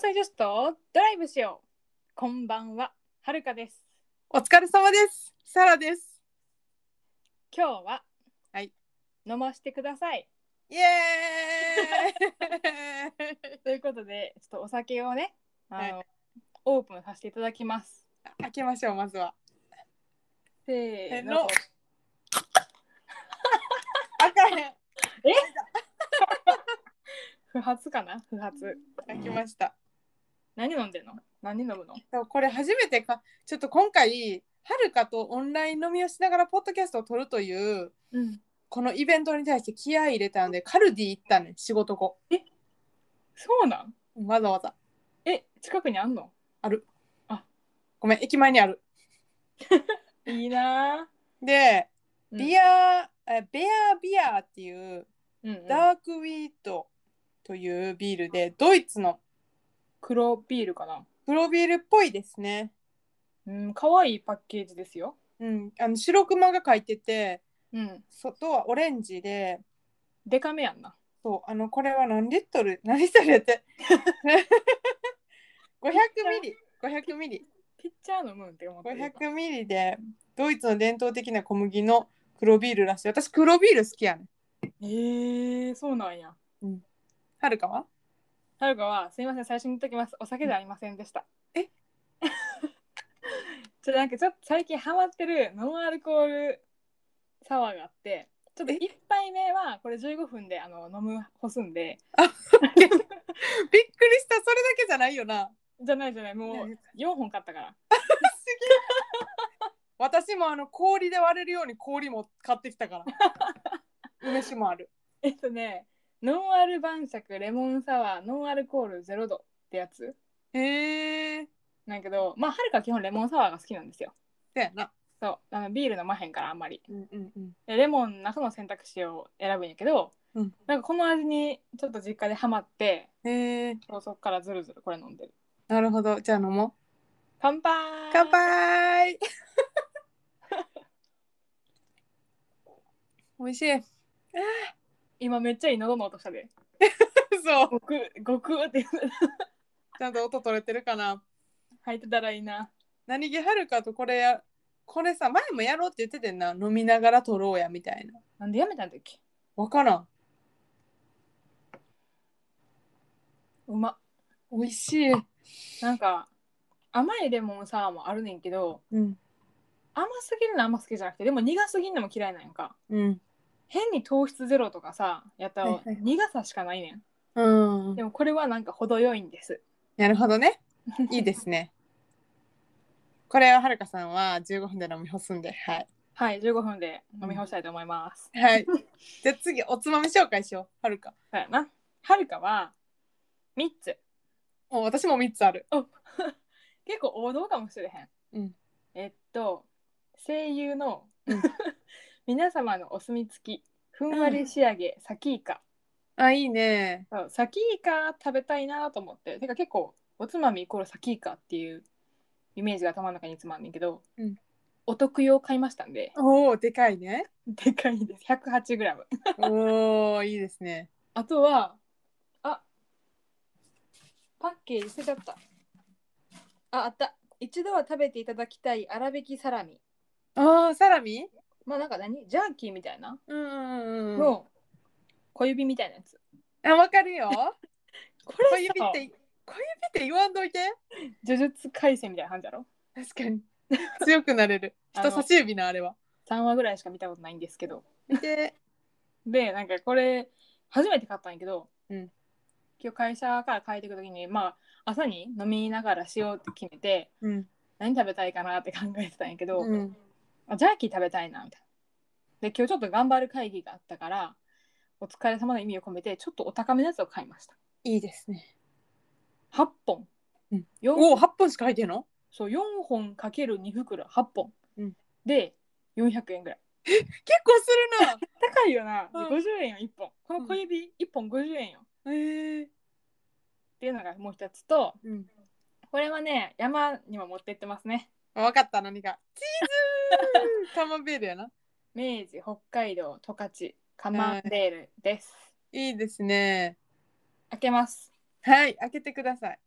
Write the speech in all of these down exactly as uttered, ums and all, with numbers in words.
サイジャストドライブしよう。こんばんは、はるかです。 お疲れ様です。サラです。 今日は、 はい、 飲ませてください。 イエーイということで、ちょっとお酒をね、あの、 はい、 オープンさせていただきます。 開けましょう。まずはせーの。 の開かへん。 え不発かな不発。 開きました。 何飲んでんの？何飲むの？ これ初めてか、ちょっと今回はるかとオンライン飲みをしながらポッドキャストを撮るという、うん、このイベントに対して気合い入れたんでカルディ行ったね。仕事後。 え、そうなん？ わざわざ。 え、近くにあんの？ ある。 あ、 ごめん、駅前にある。 いいな。 で、 うん、 ビアベアビアっていう、うんうん、ダークウィートというビールで、ドイツの黒ビールかな。 黒ビールっぽいですね。 うん、可愛いパッケージですよ。 うん、あの白クマが書いてて、 うん、 外はオレンジで、 デカめやんな。 そう、あのこれは何リットル何リットルやってごひゃくミリごひゃくミリピッチャー飲むんって思ってる。 ごひゃくミリでドイツの伝統的な小麦の黒ビールらしい。私黒ビール好きやね。 えー、そうなんや。 うん。はるかははるかは、すみません、最初に言っときます。お酒ではありませんでした。 えちょっとなんかちょっと最近ハマってるノンアルコールサワーがあって、ちょっといっぱいめはこれじゅうごふんであの飲む干すんで。 びっくりした。それだけじゃないよな。 じゃないじゃない、もうよんほん買ったから。 私もあの氷で割れるように氷も買ってきたから梅酒もある。 えっとね、ノンアル晩酌レモンサワーノンアルコールゼロ度ってやつ。 へえ。 なんやけど、まあはるか基本レモンサワーが好きなんですよ。 そうやな。 そうあのビール飲まへんからあんまり、 うんうんうん、 でレモンの中の選択肢を選ぶんやけど、うん、なんかこの味にちょっと実家でハマって、 へえ。 そうそっからずるずるこれ飲んでる。 なるほど。じゃあ飲もう。 乾杯。 乾杯美味しい。 今めっちゃいい喉の音したで。 そう。 ごくごくってちゃんと音取れてるかな。 入ってたらいいな。 何気はるかとこれや、これさ、前もやろうって言っててんな。飲みながら撮ろうやみたいな。 なんでやめたんだっけ。 わからん。 うまっ。 美味しい。 なんか甘いレモンサワーもあるねんけど、うん、甘すぎるのあんま好きじゃなくて、でも苦すぎるのも嫌いなんやんか。うん。変に糖質ゼロとかさやったら苦さしかないねん。うん。でもこれはなんか程よいんです。 なるほどね。いいですね。これははるかさんはじゅうごふんで飲み干すんで、はい。 はい、じゅうごふんで飲み干したいと思います。 うん、はい。じゃあ次おつまみ紹介しよう。はるか。 そうやな。はるかはみっつ。 もう私もみっつある。 結構王道かもしれへん。うん、えっと声優の、うん、皆様のお墨付きふんわり仕上げ、うん、サキイカ。 あ、いいね。 サキイカ食べたいなと思って。てか結構おつまみイコールサキイカっていうイメージが頭の中につまんねんけど、うん、お得用買いましたんで。 おお、でかいね。 でかいです。ひゃくはちグラム。 おお、いいですね。 あとはあパッケージ捨てちゃった。あ、あった。一度は食べていただきたい粗挽きサラミ。 ああ、サラミ？ まあなんか何ジャーキーみたいな、 うんうんうん、 の小指みたいなやつ。 あ、わかるよ。 これ小指って小指って言わんといて。 呪術廻戦みたいな感じだろ。 確かに強くなれる。人差し指のあれはさんわぐらいしか見たことないんですけど。 見て。 でなんかこれ初めて買ったんやけど、 うん、 今日会社から帰ってくる時にまあ朝に飲みながらしようって決めて、うん、何食べたいかなって考えてたんやけど、うん、ジャーキー食べたいなみたいな。で今日ちょっと頑張る会議があったからお疲れ様の意味を込めてちょっとお高めのやつを買いました。 いいですね。 はっぽん、 うん、おお、はっぽんしか入ってんの？ そう、よんほんかけるに袋はっぽん、うん、でよんひゃくえんぐらい。 え、結構するな。 高いよな、うん、ごじゅうえんよいっぽん。この小指いっぽんごじゅうえんよ。 へ、うん、えー、 っていうのがもう一つと、 うん、 これはね山にも持ってってますね。 分かった。何かチーズカマンベールやな。 明治北海道十勝カマンベールです。 いいですね。 開けます。 はい、開けてください。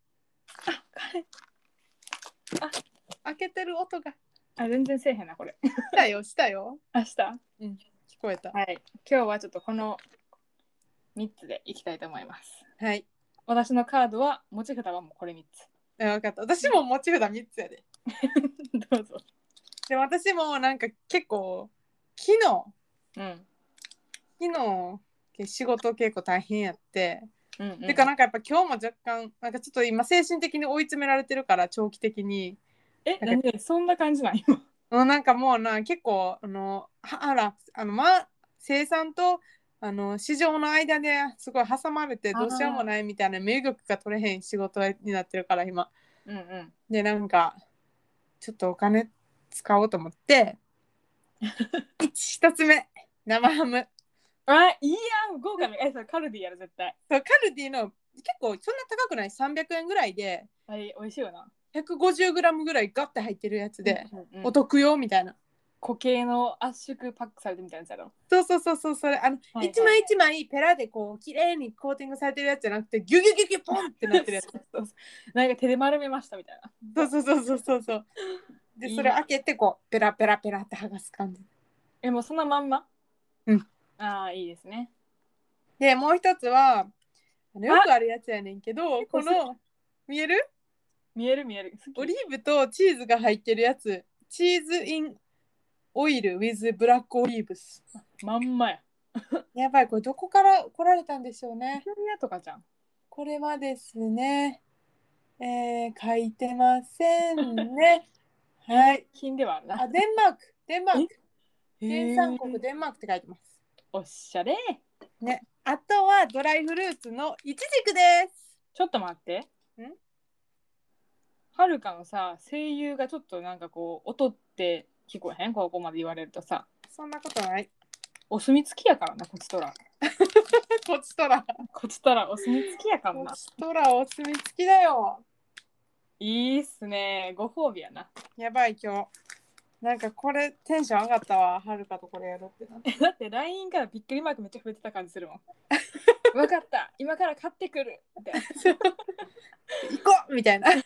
あ、開けてる音が。 あ、全然せえへんな、これ。 したよ、したよ。 明日うん、聞こえた。 はい。今日はちょっとこのみっつでいきたいと思います。 はい。 私のカードは、持ち札はもうこれみっつ。 あ、分かった。私も持ち札みっつやで。 どうぞ。 で、私もなんか結構、昨日、 うん。 昨日、仕事結構大変やって、 うんうん、 てかなんかやっぱ今日も若干なんかちょっと今精神的に追い詰められてるから長期的にえなんでそんな感じなん今なんかもうな結構あのあらあのまあ生産とあの市場の間ですごい挟まれてどうしようもないみたいな身動きが取れへん仕事になってるから今、 うんうん、 でなんかちょっとお金使おうと思って一つ目生ハム。 あいいやん豪華なえそれカルディやる絶対。 そうカルディの結構そんな高くないさんびゃくえんぐらいで、 はい、美味しいよな。 ひゃくごじゅうグラムぐらいガッて入ってるやつで、 うんうんうん、 お得よみたいな。 固形の圧縮パックされてみたいなやつやろ。 そうそうそうそう、それあの、はいはい、一枚一枚ペラでこう綺麗にコーティングされてるやつじゃなくてギュギュギュギュポンってなってるやつそうそうそう、 なんか手で丸めましたみたいな。 そうそうそうそうそうでそれ開けてこうペラペラペラって剥がす感じ。 えもうそのまんま。 うん。 ああいいですね。 でもう一つはあのよくあるやつやねんけど、この見える見える見えるオリーブとチーズが入ってるやつ、チーズインオイル with ブラックオリーブス。 まんまや。 やばい、これどこから来られたんでしょうね。 イタリアとかじゃん。 これはですね、えー、書いてませんね。はい。 金ではあるな。 あ、デンマーク、デンマーク。原産国へデンマークって書いてます。 おしゃれ。 ね。あとはドライフルーツのイチジクです。 ちょっと待って。んはるかのさ、声優がちょっとなんかこう、音って聞こえへんここまで言われるとさ。 そんなことない。 お墨付きやからな、こちとら。 こちとら。 こちとら、お墨付きやからな。 こちとら、お墨付きだよ。 いいっすね。ご褒美やな。 やばい、今日。なんかこれテンション上がったわ。はるかとこれやるってなって。 だって ライン からびっくりマークめっちゃ増えてた感じするもん。分かった。今から買ってくる。みたいな。 行こうみたいな。い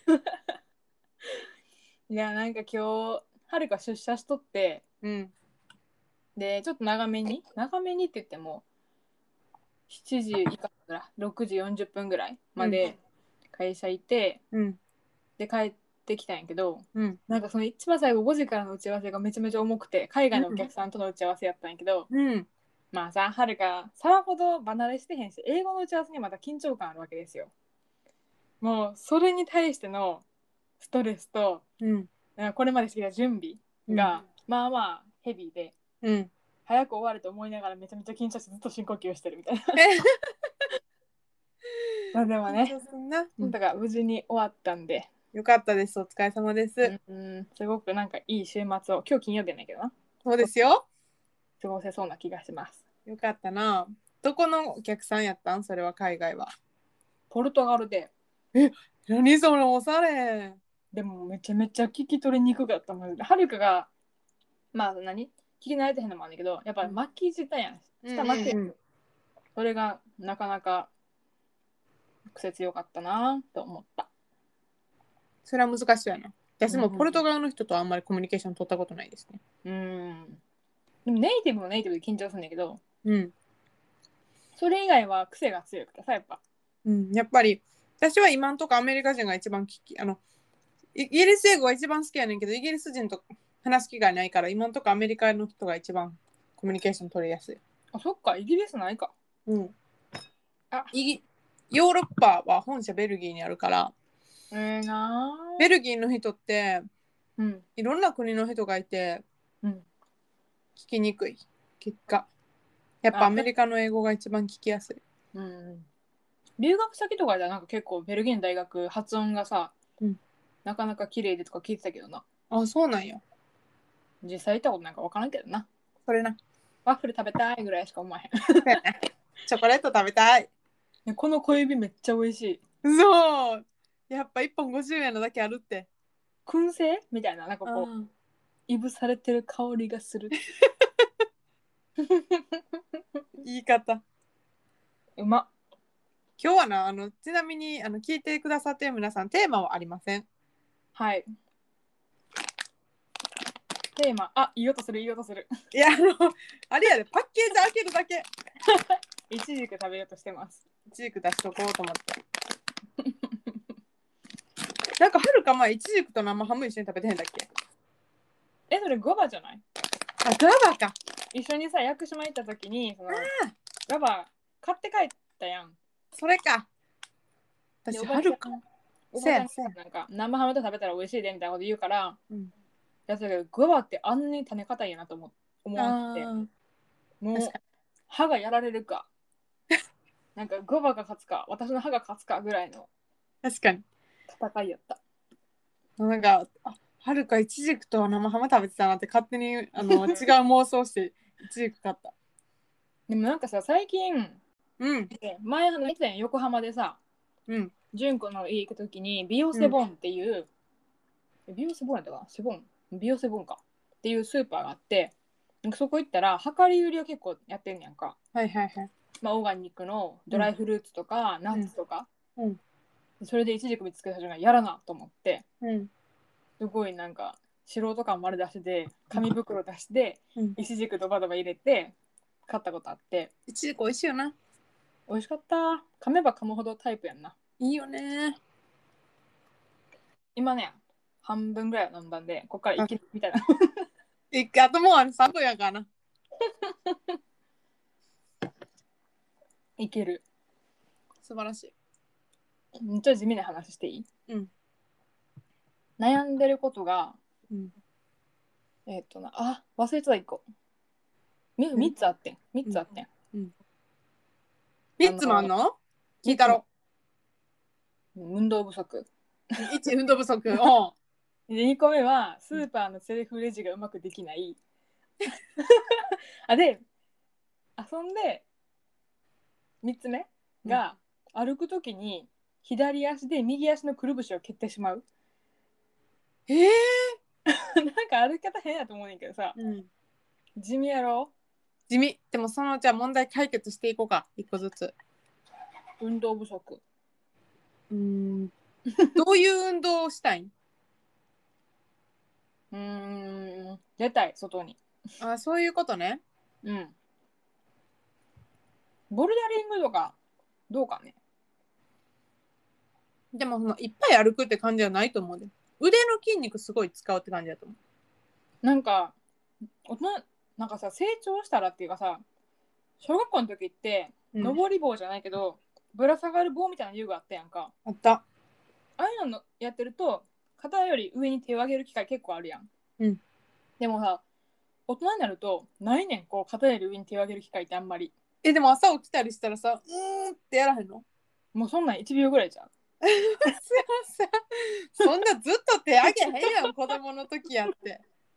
や、なんか今日、はるか出社しとって、 うん。 で、ちょっと長めに、長めにって言っても、しちじ以下ぐらい、ろくじよんじゅっぷんぐらいまで会社いて、 うん、 で、帰ってきたんやけど、 うん、 なんかその一番最後ごじからの打ち合わせがめちゃめちゃ重くて、海外のお客さんとの打ち合わせやったんやけど、 うん、 まあさ、はるか、さらほど離れしてへんし、英語の打ち合わせにまた緊張感あるわけですよ。もう、それに対してのストレスと、 うん、 これまでしてきた準備が、うん、まあまあヘビーで、 うん、 早く終わると思いながらめちゃめちゃ緊張してずっと深呼吸してるみたいな。まあでもね、うん、だから無事に終わったんで。 よかったです。お疲れ様です。 うん、すごくなんかいい週末を、今日金曜日やねんけどな。 そうですよ。 過ごせそうな気がします。 よかったな。どこのお客さんやったん？それは海外は。 ポルトガルで。 え、何そのおしゃれ。 でもめちゃめちゃ聞き取りにくかったもん。はるかが、まあ何聞き慣れてへんのもあるんだけど、やっぱり巻き舌やん。舌巻き、うんうんうん、それがなかなか癖強かったなと思った。 それは難しそうやな。私もポルトガルの人とあんまりコミュニケーション取ったことないですね。 うん。でもネイティブもネイティブで緊張するんだけど、 うん。 それ以外は癖が強くてさ、やっぱ。 うん、やっぱり私は今んとこアメリカ人が一番聞き、あの、イギリス英語が一番好きやねんけど、イギリス人と話す機会ないから、今んとこアメリカの人が一番コミュニケーション取りやすい。 あ、そっか、イギリスないか。 うん。あ、イギヨーロッパは本社ベルギーにあるから、 えー、なベルギーの人って、 うん、 いろんな国の人がいて、うん、聞きにくい結果。やっぱアメリカの英語が一番聞きやすい。 うん、留学先とかではなんか結構ベルギーの大学発音がさ、うん、なかなか綺麗でとか聞いてたけどな。 あ、そうなんや。 実際行ったことなんか分からんけどな。 それな。 ワッフル食べたいぐらいしか思わへん。 チョコレート食べたい。 この小指めっちゃ美味しい。 そう。やっぱいっぽんごじゅうえんのだけあるって。 燻製みたいな、なんかこう、いぶされてる香りがする。 言い方。 うまっ。 今日はな、あのちなみにあの聞いてくださっている皆さん、テーマはありません。 はい。テーマ、あ、いい音する、いい音する。 いや、あの、あれやで、パッケージ開けるだけ。 いちじく食べようとしてます。 いちじく出しとこうと思って。なんかはるか前、いちじくと生ハム一緒に食べてへんだっけ？ え、それゴバじゃない？ あ、ガバか。 一緒にさ、屋久島行った時に、そのガバ買って帰ったやん。 それか。 で、 私、 おばちゃん、 はるか。 おばちゃんがなんか生ハムと食べたら美味しいでみたいなこと言うから、 うん、 やつだけど、ゴバってあんなに種硬いやなと思思わって、もう歯がやられるか。なんかゴバが勝つか、私の歯が勝つかぐらいの確かに。 戦いやった。 なんか、あ、はるかいちじくと生ハム食べてたなって勝手にあの違う妄想していちじく買った。 でもなんかさ、最近、 うん。 前話したやん、横浜でさ、 うん。 純子の家行くときに、ビヨセボンっていう、うん、ビヨセボンやったかなセボンビヨセボンかっていうスーパーがあって、そこ行ったら、量り売りを結構やってんねやんか。 はいはいはい。 まあ、オーガニックのドライフルーツとか、うん、ナッツとか、 うん、 それでいちじく見つけた人がやらなと思って、 うん、 すごいなんか素人感丸出しで紙袋出して、うん、いちじくドバドバ入れて買ったことあって、 いちじく美味しいよな。 美味しかった。噛めば噛むほどタイプやんな。 いいよね。 今ね、半分ぐらいは飲んだんで、こっからいけるみたいな。 あともうさんぷんやからな。 いける。 素晴らしい。 ちょっと地味な話していい？ うん。 悩んでることが、 うん、 えっ、ー、とな、あ、忘れてたいっこ。みみっつあってん。みっつあってん。 うんうん、みっつもあんの？聞いたろ。 運動不足。 いち運動不足。おでにこめはスーパーのセルフレジがうまくできない。あで遊んでみっつめが、うん、歩くときに左足で右足のくるぶしを蹴ってしまう。 えー、 なんか歩き方変やと思うねんけどさ、うん、地味やろ？ 地味。でもそのじゃあ問題解決していこうか、いっこずつ。 運動不足。 うーんどういう運動をしたいん？ うーん出たい外に。 あ、そういうことね。 うん。ボルダリングとかどうかね。 でもそのいっぱい歩くって感じはないと思うで。腕の筋肉すごい使うって感じだと思う。なんか大人なんかさ、成長したらっていうかさ、小学校の時って、うん、登り棒じゃないけどぶら下がる棒みたいな遊具あったやんか。 あった。 ああいうのやってると肩より上に手を上げる機会結構あるやん。 うん。 でもさ、大人になるとないねん、こう肩より上に手を上げる機会ってあんまり。 え、でも朝起きたりしたらさ、うーんってやらへんの？ もうそんなんいちびょうぐらいじゃん。 そんなずっと手上げへんやん、子供の時やって。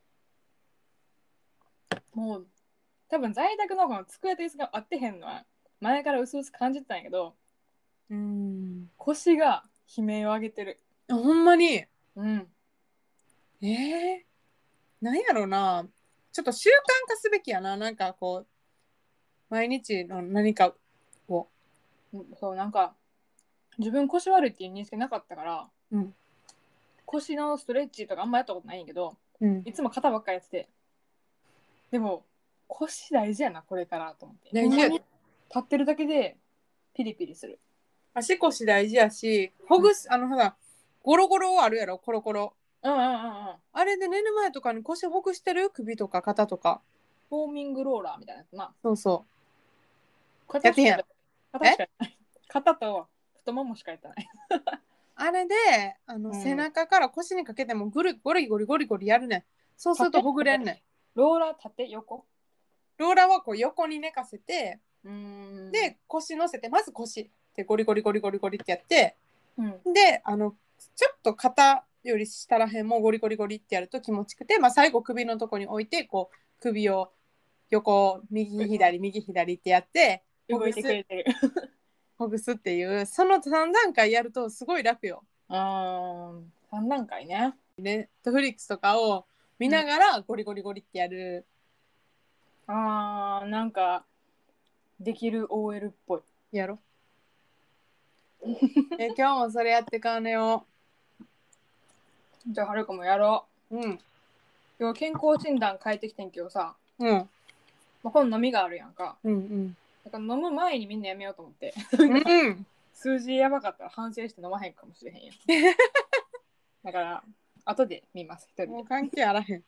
もう多分在宅のこの机と椅子が合ってへんのは前から薄々感じてたんやけど、 うーん、 腰が悲鳴を上げてる。 ほんまに。 うん。 えー、なんやろな。ちょっと習慣化すべきやな。なんかこう毎日の何かを。 そうなんか自分腰悪いっていう認識なかったから、うん、腰のストレッチとかあんまやったことないんやけど、うん、いつも肩ばっかりやってて、でも腰大事やなこれからと思って。大事やで。立ってるだけでピリピリする。 足腰大事やし、ほぐす、うん、あのほらゴロゴロあるやろ、コロコロ。 うんうんうんうん。 あれで寝る前とかに腰ほぐしてる？首とか肩とか。 フォーミングローラーみたいなやつな。 そうそう。 肩しかやってない。肩しかやってない。肩と太ももしかやってない。 あれであの、うん、背中から腰にかけてもぐるゴリゴリゴリゴリやるねん。そうするとほぐれんねん。 ローラー縦横？ ローラーはこう横に寝かせて、うーんで腰乗せて、まず腰でゴリゴリゴリゴリゴリってやって、うん、であのちょっと肩より下らへんもゴリゴリゴリってやると気持ちくて、まあ、最後首のとこに置いてこう首を横右左右左ってやってほぐす、動いてくれてるほぐすっていう、そのさんだんかいやるとすごい楽よ。 あー、さんだんかいね。 ネットフリックスとかを見ながらゴリゴリゴリってやる、 うん、あーなんかできる オーエル っぽい。 やろ。 え今日もそれやってかんねよ。 じゃあはるかもやろう。うん。 今日健康診断変えてきてんけどさ、 うん。 まあ、この飲みがあるやんか。 うん。 だから飲む前にみんなやめようと思って。 うん。うん。 数字やばかったら反省して飲まへんかもしれへんやん。だから後で見ます、一人で。 もう関係あらへん。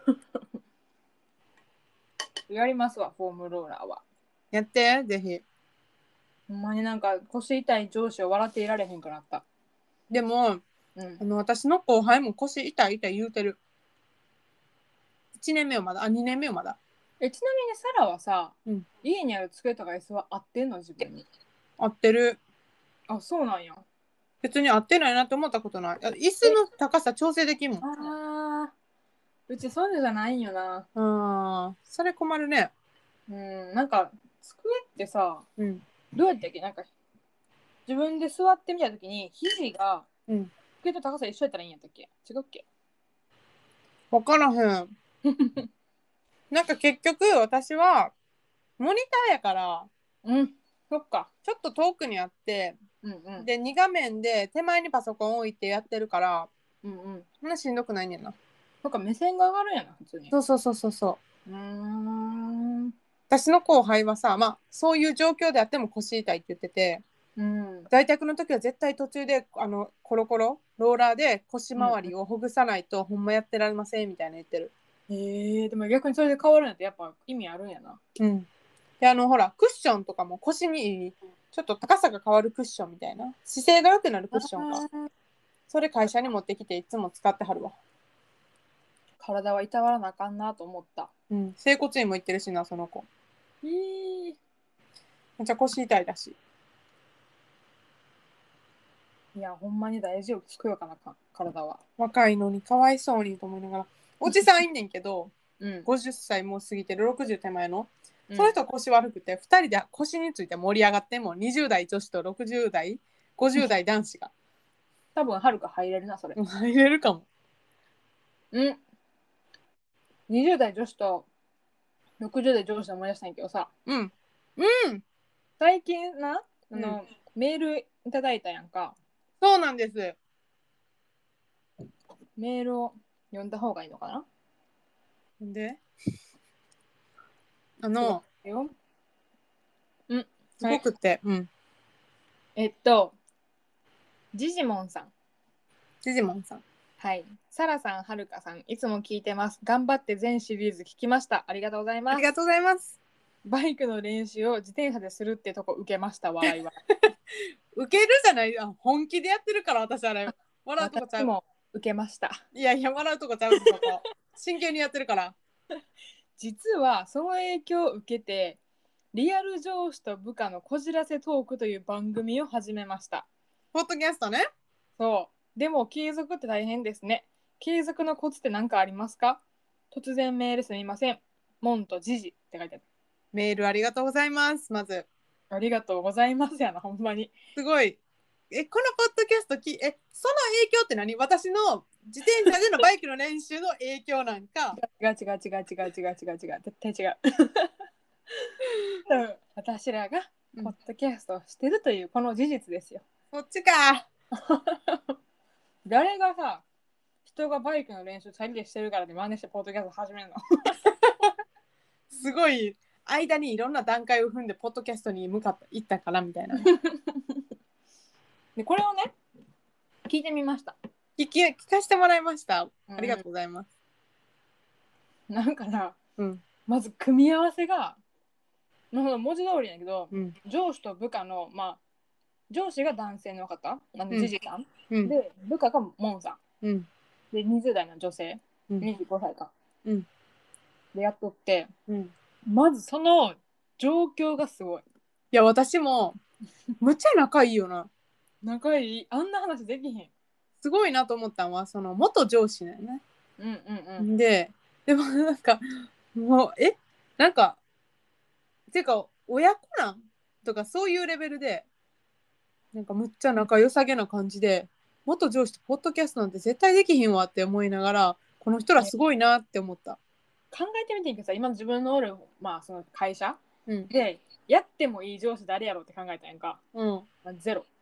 やりますわ、フォームローラーは。 やって、ぜひ。 ほんまになんか腰痛い上司を笑っていられへんくなった。 でも、 うん、 あの私の後輩も腰痛い痛い言うてる。いちねんめはまだ、あ、にねんめはまだ。 え、ちなみにサラはさ、 うん、 家にある机とか椅子は合ってんの自分に？ 合ってる。 あ、そうなんや。 別に合ってないなって思ったことない。あ椅子の高さ調整できんもん。 あー、うちそういうのじゃないんよな。 あー、それ困るね。 うん、なんか机ってさ、 うん。 どうやったっけ？なんか自分で座ってみたときに肘がうん。 机と高さ一緒やったらいいんやったっけ？違うっけ？ わからへん。なんか結局私はモニターやからうん、そっか。 ちょっと遠くにあって、 うんうん。 でに画面で手前にパソコン置いてやってるからうんうん。 そんなしんどくないねんな。 そっか、目線が上がるんやな、普通に。 そうそうそうそうそう。 うーん。 私の後輩はさ、まあそういう状況であっても腰痛いって言ってて、 うん。 在宅の時は絶対途中であのコロコロローラーで腰回りをほぐさないとほんまやってられませんみたいな言ってる。 へえ、でも逆にそれで変わるんやってやっぱ意味あるんやな。 うん。であのほらクッションとかも腰にちょっと高さが変わるクッションみたいな姿勢が良くなるクッションか。それ会社に持ってきていつも使ってはるわ。 体はいたわらなあかんなと思った。 うん。整骨院も行ってるしなその子。 へえ。 めっちゃ腰痛いだし。 いや、ほんまに大事よ、つくよかなか、体は。 若いのにかわいそうにと思いながら。おじさんいんねんけど、 うん。 ごじゅっさいもう過ぎてるろくじゅう手前の。 うんその人は腰悪くて、ふたりで腰について盛り上がってもにじゅう代女子とろくじゅう代、ごじゅう代男子が。 多分、はるか入れるな、それ。 入れるかも。 うん。にじゅう代女子とろくじゅう代上司で思い出したんやけどさ、 うん。うん。 最近な、あの、 うん、 メールいただいたやんか。 そうなんです。 メールを読んだ方がいいのかな？ で、あすごの、 いよ。うん。 すはい。 ごくて、うん。 えっと、ジジモンさん。 ジジモンさん。 はい。サラさん、はるかさん、いつも聞いてます。頑張って全シリーズ聞きました。ありがとうございます。 ありがとうございます。 バイクの練習を自転車でするってとこ受けました。笑いは。 受けるじゃない。あ、本気でやってるから私あれ。笑うとこちゃう。 私も受けました。 いやいや、笑うとこちゃうそこ。真剣にやってるから。 実はその影響を受けて、リアル上司と部下のこじらせトークという番組を始めました。 ポッドキャストね。 そう。でも継続って大変ですね。継続のコツって何かありますか？突然メールすみません。モンとジジって書いてある。 メールありがとうございます。まず。 ありがとうございますやな、ほんまに。 すごい。え、このポッドキャストき、え、その影響って何？私の自転車でのバイクの練習の影響なんか。 違う違う違う違う違う違う違う。絶対違う。私らがポッドキャストをしてるというこの事実ですよ。 こっちか。 誰がさ、人がバイクの練習チャリでしてるからで真似してポッドキャスト始めるの？ すごい間にいろんな段階を踏んでポッドキャストに向かった行ったからみたいな。 でこれをね、聞いてみました。 聞き聞かせてもらいました。ありがとうございます。 うん、なんかな、 うん、 まず組み合わせが文字通りやけど、 うん、 上司と部下の、まあ、上司が男性の方、あのジジさん、 うん、 で部下がモンさん、 うん、 でにじゅう代の女性、 うん、 にじゅうごさいか、 うん、 でやっとって、 うん、 まずその状況がすごい。いや私もむっちゃ仲いいよな。 仲いい、あんな話できひん。 すごいなと思ったのはその元上司だよね。 うんうんうん。 ででもなんかもうえなんかてか親子なんとかそういうレベルでなんかむっちゃ仲良さげな感じで元上司とポッドキャストなんて絶対できひんわって思いながらこの人らすごいなって思った。 考えてみてんけどさ、今の自分のおる、まあ、その会社、 うん、 でやってもいい上司誰やろうって考えたやんか、 うん、 まあ、ゼロ。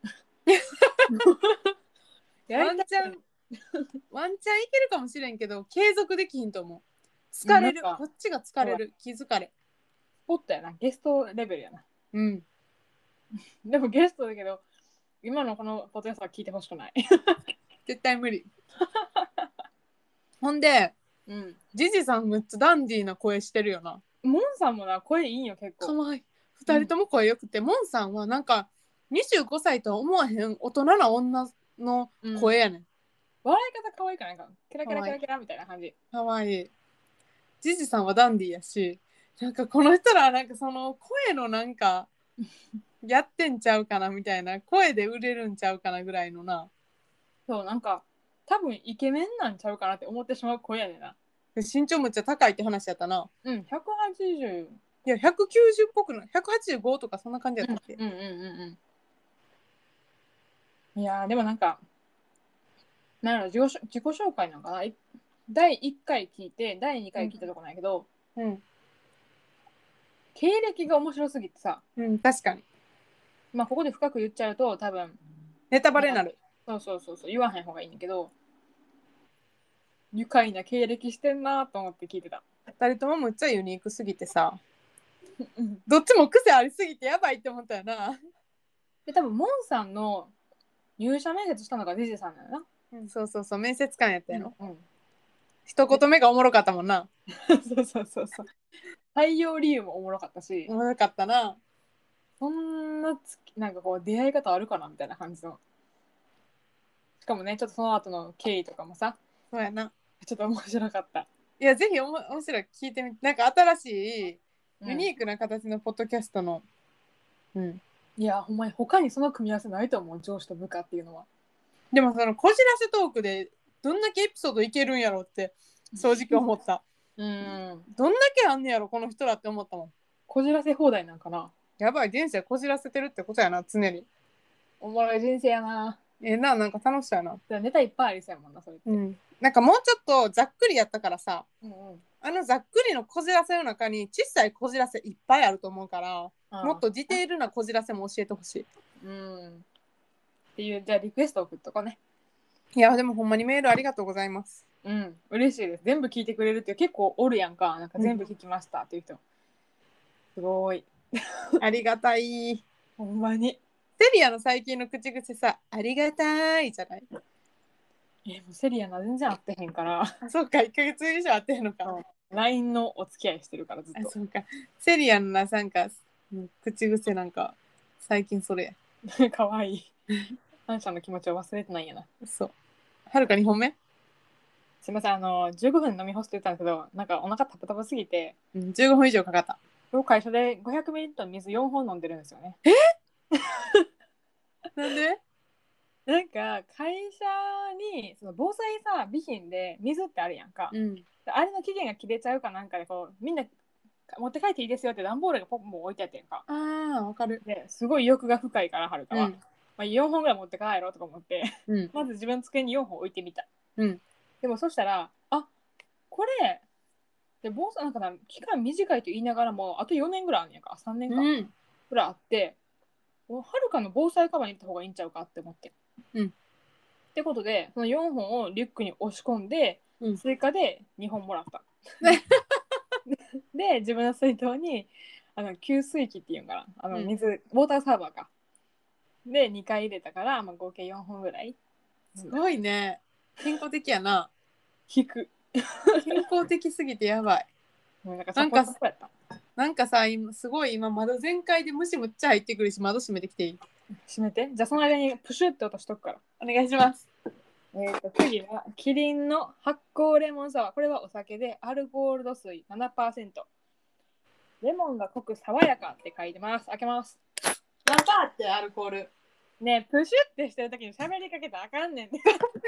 ワンチャンワンチャンいけるかもしれんけど継続できひんと思う。疲れる、こっちが疲れる、気疲れ。 スポットやな、ゲストレベルやな。 うん。 でもゲストだけど今のこのポッドキャストは聞いてほしくない。 絶対無理。ほんで、うん、ジジさんめっちゃダンディーな声してるよな。 モンさんもな、声いいよ結構。 かわいい。二人とも声よくて、うん、モンさんはなんかにじゅうごさいとは思わへん大人な女の声やねん。うん、 笑い方可愛くないか、ケラケラケラケラみたいな感じ。 かわいい。ジジさんはダンディーやし、なんかこの人らなんかその声のなんかやってんちゃうかなみたいな、声で売れるんちゃうかなぐらいのな。 そうなんか多分イケメンなんちゃうかなって思ってしまう声やねんな。 身長むっちゃ高いって話やったな。 うん、ひゃくはちじゅう。 いやひゃくきゅうじゅうっぽくない、ひゃくはちじゅうごとかそんな感じやったっけ。 うんうんうんうんうん。いやでもなんかなんやろ、自己自己紹介なんかな、だいいっかい聞いてだいにかい聞いたとこないけど、うん、うん、経歴が面白すぎてさ、 うん、確かに。 まあここで深く言っちゃうと多分ネタバレになる。 そうそうそうそう、言わへん方がいいんだけど、愉快な経歴してんなと思って聞いてた。 ふたりともむっちゃユニークすぎてさどっちも癖ありすぎてやばいって思ったよな。 で多分モンさんの入社面接したのがジジさんだよな。 うん、そうそうそう、面接官やったよ、うんうん、一言目がおもろかったもんな。 そうそうそうそう、採用理由もおもろかったし、 おもろかったな。 そんなつなんかこう出会い方あるかなみたいな感じの。しかもねちょっとその後の経緯とかもさ、 そうやな、 ちょっと面白かった。 いやぜひおも面白い聞いてみて、なんか新しいユニークな形のポッドキャストの、 うん、いやほんまに他にその組み合わせないと思う、上司と部下っていうのは。 でもそのこじらせトークでどんだけエピソードいけるんやろって正直思ったうん、どんだけあんねやろこの人らって思ったもん。 こじらせ放題なんかな。 やばい、人生こじらせてるってことやな、常に。 おもろい人生やな。 ええな、なんか楽しそうやな。 ネタいっぱいありそうやもんなそれって、 うん、なんかもうちょっとざっくりやったからさ、うんうん、あのざっくりのこじらせの中に小さいこじらせいっぱいあると思うから、もっとディテールなこじらせも教えてほしい。うん。 っていう、じゃあリクエスト送っとこうね。 いやでもほんまにメールありがとうございます。 うん、嬉しいです。全部聞いてくれるって結構おるやんか。なんか全部聞きましたっていう人、うん、すごいありがたい。 ほんまにセリアの最近の口癖さ、ありがたいじゃない。 え、もうセリアな全然会ってへんから。 あ、そうか、いっかげつ以上会ってへんのか。 ライン のお付き合いしてるからずっと。 あ、そうか。セリアのな、なんか口癖なんか最近それや。かわいい。感謝の気持ちを忘れてないんやな。 そう。はるかにほんめ。 すみません、あのじゅうごふん飲み干してたんですけど、なんかお腹タプタプすぎて、 うん、じゅうごふん以上かかった。 今日会社でごひゃくミリリットル水よんほん飲んでるんですよね。 えなんで？ なんか会社にその防災さ備品で水ってあるやんか、うん、あれの期限が切れちゃうかなんかでこうみんな持って帰っていいですよって段ボールがポンポン置いてあってんか。 ああ、わかる。 ですごい欲が深いからはるかは、うん、まあ、よんほんぐらい持って帰ろうとか思って、うん、まず自分の机によんほん置いてみた、うん、でもそしたらあこれで防災なんかな期間短いと言いながらもあとよねんぐらいあるんやんか、さんねんか、うん、ぐらいあって、はるかの防災カバンに行った方がいいんちゃうかって思って、うん、ってことでそのよんほんをリュックに押し込んで、うん、追加でにほんもらったで自分の水筒にあの給水器っていうんかな、あの水、うん、ウォーターサーバーかでにかい入れたから、まあ、合計よんほんぐらい。 すごいね、健康的やな。 引く健康的すぎてやばい。なんかなんかなんかさ、今すごい今窓全開で虫むっちゃ入ってくるし、窓閉めてきていい？ 閉めて。じゃあその間にプシュって落としとくから。 お願いします。 えーと次はキリンの発酵レモンサワー。これはお酒でアルコール度数 ななパーセント、 レモンが濃く爽やかって書いてます。開けます。 何パーってアルコールねえ、プシュってしてる時に喋りかけたらあかんねんね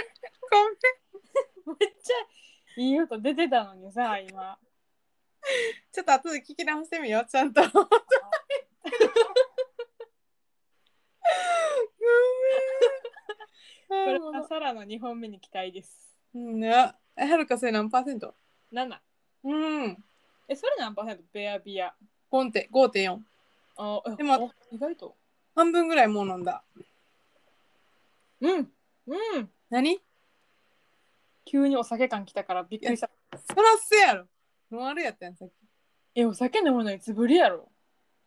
ごめんめっちゃいい音出てたのにさ、今ちょっと後で聞き直してみよう、ちゃんとごめんこれはサラのにほんめに期待です。 うんね、はるかそれ何パーセント？ なな。 うんえ、それ何パーセント？ベアビアごてんよん。 あ、 でも意外と半分ぐらいもう飲んだ。 うんうん。 何？ 急にお酒感来たからびっくりした。 そらせやろ。ノンアルやったやん、さっき。 え、お酒飲むのいつぶりやろ。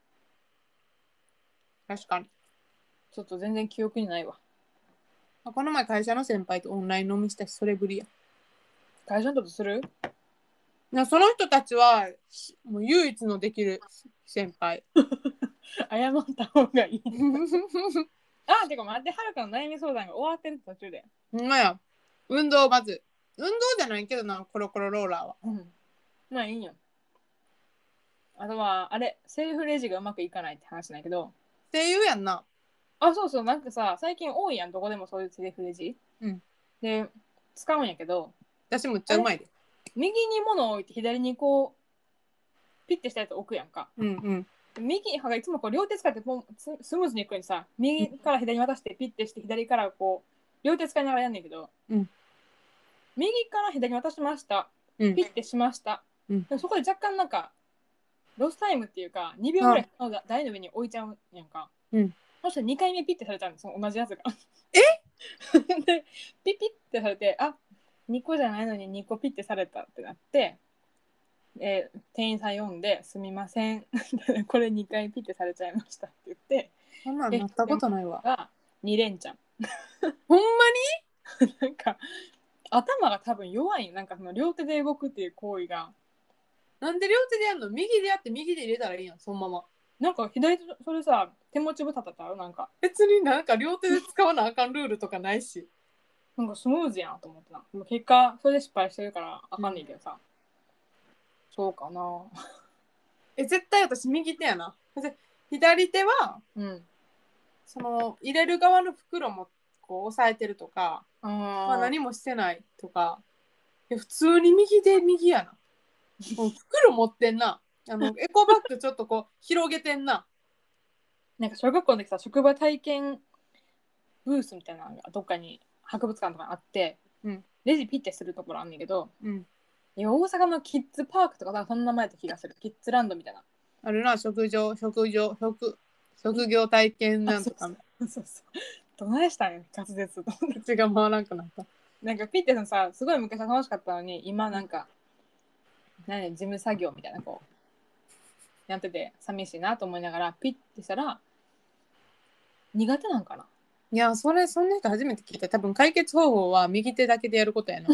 確かに。 ちょっと全然記憶にないわ。 この前会社の先輩とオンライン飲みしたし、それぶりや。 会社のことする？ その人たちはもう唯一のできる先輩。 謝った方がいい。あ、てか待って、はるかの悩み相談が終わってる途中で。 ほんまや。運動まず。運動じゃないけどな、コロコロローラーは。 うん。まあいいよ。あとは、あれ、セルフレジがうまくいかないって話なんやけど。 声優やんな。 あ、そうそう、なんかさ、最近多いやん、どこでもそういうセルフレジ。 うん。 で、使うんやけど、 私むっちゃうまいで。 右に物を置いて左にこう、ピッてしたやつ置くやんか。 うんうん。 右がいつもこう両手使ってポンスムーズにいくのにさ、右から左に渡してピッてして左からこう両手使いながらやんねんけど、 うん、 右から左に渡しました、 うん、 ピッてしました、 うん、 そこで若干なんかロスタイムっていうかにびょうぐらい台の上に置いちゃうやんか、 うん、 そしてにかいめピッてされちゃうんです、その同じやつが。 えでピッピッてされて、あ、にこじゃないのににこピッてされたってなって、えー、店員さん呼んで、すみませんこれにかいピッてされちゃいましたって言って、 そんなんなったことないわ。 がに連チャン。 ほんまになんか頭が多分弱い、なんかその両手で動くっていう行為が。 なんで両手でやんの？右でやって右で入れたらいいやん、そのまま。 なんか左手それさ、手持ちぶたたたなんか別になんか両手で使わなあかんルールとかないし。 なんかスムーズやんと思ってな。でも結果それで失敗してるからあかんねんけどさ、うん、そうかな。 え、絶対私右手やな。左手は、 うん、 その入れる側の袋もこう押さえてるとか、 あ、 まあ、何もしてないとか。いや普通に右で右やな。もう袋持ってんな。あのエコバッグちょっとこう広げてんな。 なんか小学校の時さ、職場体験ブースみたいなのがどっかに博物館とかにあって、うん、レジピッてするところあんねんけど、うん、いや大阪のキッズパークとかそんな名前だった気がする。キッズランドみたいな。 あるな、職業、職業、職、職業体験なんとか。 そうそうそう。どないしたんや、滑舌と。 口が回らんくなった。 なんかピッてさ、すごい昔は楽しかったのに、今なんか、何、事務作業みたいなこう、やってて寂しいなと思いながら、ピッてしたら、苦手なんかな。 いや、それ、そんな人初めて聞いた。多分解決方法は右手だけでやることやな。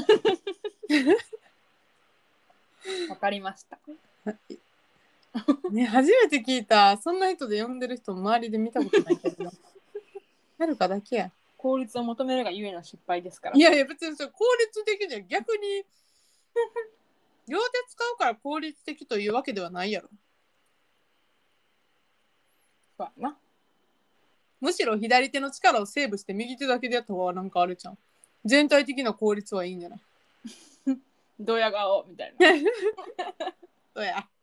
わかりました。 ね、初めて聞いた。そんな人で呼んでる人周りで見たことないけどな。はるかだけや。 効率を求めるがゆえの失敗ですから。 いやいや、別にそれ効率的じゃ逆に両手使うから効率的というわけではないやろ。 そうやな。 むしろ左手の力をセーブして右手だけでやった方がなんかあるじゃん。全体的な効率はいいんじゃない？ ドヤ顔みたいな。 どうや。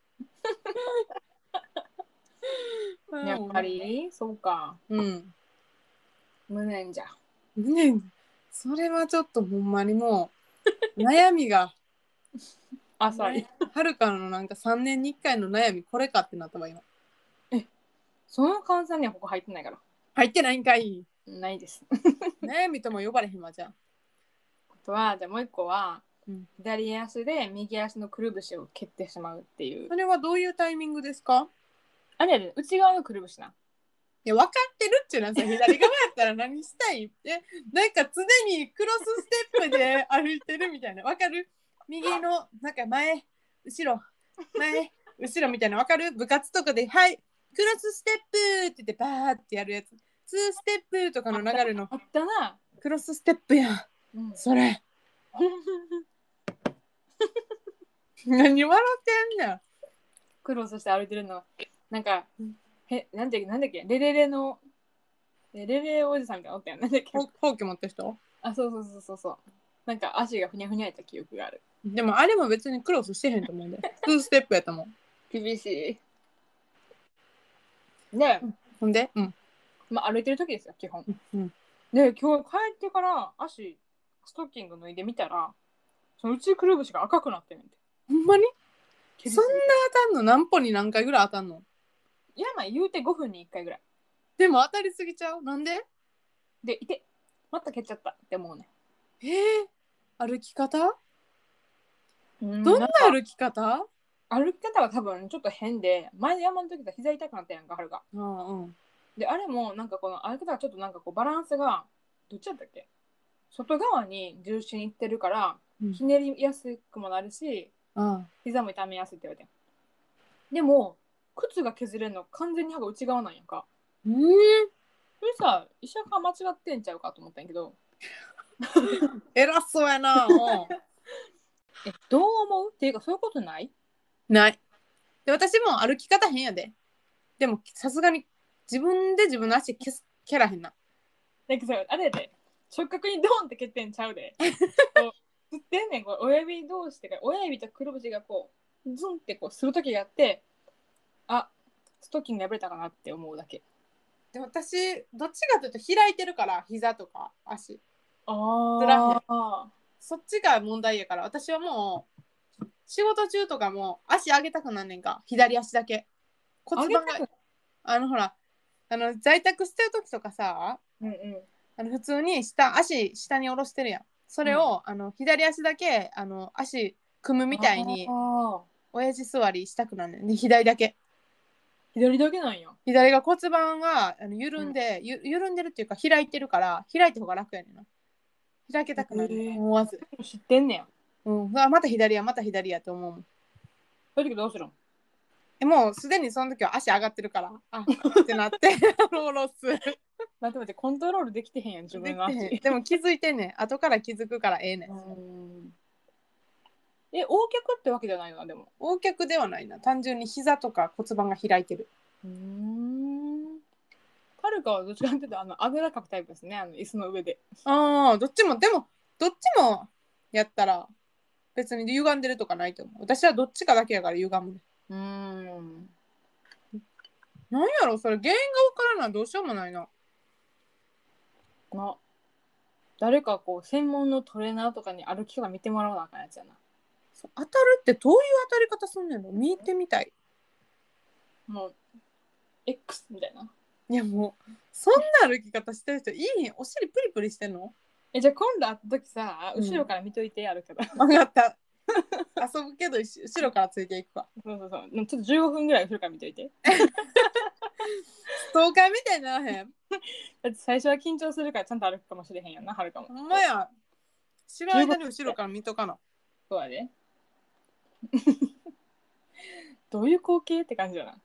やっぱりそうか。 うん。 無念じゃ。 無念。それはちょっとほんまにもう悩みが浅い。 はるかのなんかさんねんにいっかいの悩みこれかってなったわ今。 え、その換算にはここ入ってないから。 入ってないんかい。 ないです。 悩みとも呼ばれへんわじゃん。 あとはじゃあもう一個は、 うん、 左足で右足のくるぶしを蹴ってしまうっていう。 それはどういうタイミングですか？ あれやで、内側のくるぶしな。いや分かってるっちゅうのはさ、左側やったら何したい？え、なんか常にクロスステップで歩いてるみたいな。分かる？右のなんか前後ろ前後ろみたいな。分かる？部活とかではいクロスステップって言ってバーってやるやつ。ツーステップとかの流れのあったな。 クロスステップやん、うん、それ何笑ってんねん。 クロスして歩いてるのなんか、へ、なんだっけなんだっけレレレのレレレおじさんみたいなのおったよね。なんだっけほうき持った人？ あ、そうそうそうそうそう。なんか足がふにゃふにゃやった記憶がある。 でもあれも別にクロスしてへんと思うんだよ。ツーステップやったもん。 厳しい。で、うん、 ほんで、うん。 まあ歩いてる時ですよ、基本。 うん、 で、今日帰ってから足、ストッキング脱いでみたら、その内くるぶしが赤くなってるんで。 ほんまに？そんな当たんの？何歩に何回ぐらい当たんの？ いや、まあ言うてごふんにいっかいぐらい。 でも当たりすぎちゃう？なんで？ で、いて、 また蹴っちゃったって思うね。 えー、歩き方うんどんななんか歩き方歩き方は多分ちょっと変で、前の山の時は膝痛くなったやんか、はるが。 ああ、うん。 で、あれもなんかこの歩き方がちょっとなんかこうバランスが、どっちだったっけ、外側に重心いってるから、 うんひねりやすくもなるし、 ああ。 膝も痛めやすいって言われてん。でも、靴が削れるの完全に歯が内側なんやんか。 うーん。 それさ、医者が間違ってんちゃうかと思ったんやけど、 偉そうやな。うんえ、どう思うっていうか、そういうことない？ ない。で、私も歩き方変やで。でも、さすがに自分で自分の足蹴す蹴らへんな。 なんかさ、あれで、直角にドンって蹴ってんちゃうで。こう、つってんねん、こう親指同士で、親指とくるぶしがこう、ズンってこうするときがあって、あ、ストッキング破れたかなって思うだけ。 で、私、どっちかというと開いてるから、膝とか足。ずらへん。 ああ。 そっちが問題やから、私はもう、仕事中とかも足上げたくなんねんか。左足だけ。骨盤が、あのほら、あの在宅してる時とかさ、 うんうん。 あの普通に下足下に下ろしてるやん。それを、うん、あの左足だけあの足組むみたいに親父座りしたくなんねん。で左だけ。 左だけなんや。 左が骨盤があの緩んで、うん、ゆ緩んでるっていうか開いてるから開いた方が楽やねんな。開けたくなる、ね、思わず。 知ってんねや。 うん。あ、また左やまた左やと思うもん。 そういう時どうするん？ え、もうすでにその時は足上がってるからあってなって下ろす。 待って待って、コントロールできてへんやん、自分の足。 で, でも気づいてんねん。後から気づくからええねん。 うんえ、横脚ってわけじゃないの？でも。 横脚ではないな。単純に膝とか骨盤が開いてる。 うーん。はるかはどっちかっていうと、あの、あぐらかくタイプですね、あの、椅子の上で。 ああ、どっちも、でも、どっちもやったら、別に歪んでるとかないと思う。私はどっちかだけやから歪むね。 うーん。 なんやろ、それ原因がわからない。どうしようもないな。 な、誰かこう、専門のトレーナーとかに歩き方見てもらわなあかんやつやな。 当たるってどういう当たり方すんねんの？見てみたい。 もう、X みたいな。 いやもう、そんな歩き方してる人いいへん。お尻プリプリしてんの？ え、じゃあ今度会った時さ、後ろから見といて、歩き方。 分かった。遊ぶけど後ろからついていくわ。 そうそうそう。ちょっとじゅうごふんぐらい後ろから見といて。 ストーカーみたいにならへん。 だって最初は緊張するからちゃんと歩くかもしれへんやんな、はるかも。 ほんまや。知らん間に後ろから見とかな。 そうやで。どういう光景って感じだな。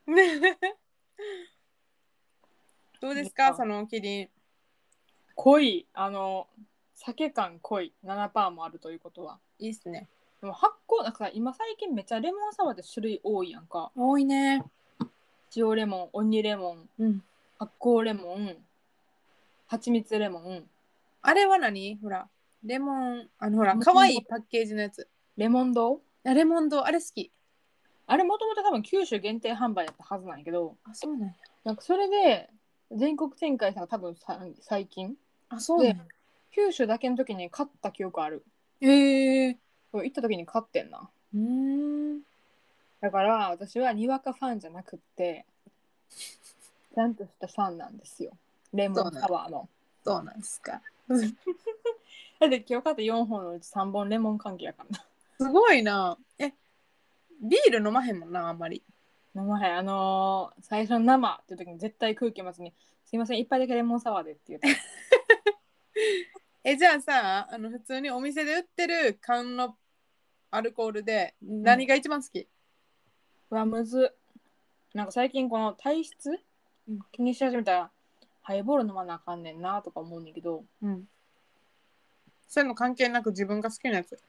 どうですか、そのキリン。 濃い、あの、酒感濃い ななパーセント もあるということは。 いいっすね。 でも発酵、なんかさ、今最近めっちゃレモンサワーで種類多いやんか。 多いね。 塩レモン、鬼レモン、 うん、 発酵レモン、蜂蜜レモン。 あれは何？ほら、レモン、あのほら、かわいいパッケージのやつ。 レモン堂？ レモン堂、あれ好き。 あれもともと多分九州限定販売だったはずなんやけど、 あ、そうなんや。 なんかそれで全国展開したのが多分さ最近。 あ、そうなんや。 九州だけの時に買った記憶ある。 へえ。 行った時に買ってんな。 うーん。 だから私はにわかファンじゃなくってちゃんとしたファンなんですよ。レモンサワーの。 そうなんですか。 だって今日買ったよんほんのうちさんぼんレモン関係やからな。 すごいな。え、ビール飲まへんもんな、あんまり。 飲まへん。あのー、最初の生っていう時に絶対空気待つに、すいません、一杯だけレモンサワーでって言って。 え、じゃあさ、あの普通にお店で売ってる缶のアルコールで何が一番好き？ うわ、むず。なんか最近この体質、うん、気にし始めたら、ハイボール飲まなあかんねんなとか思うんだけど、 うん。そういうの関係なく自分が好きなやつ。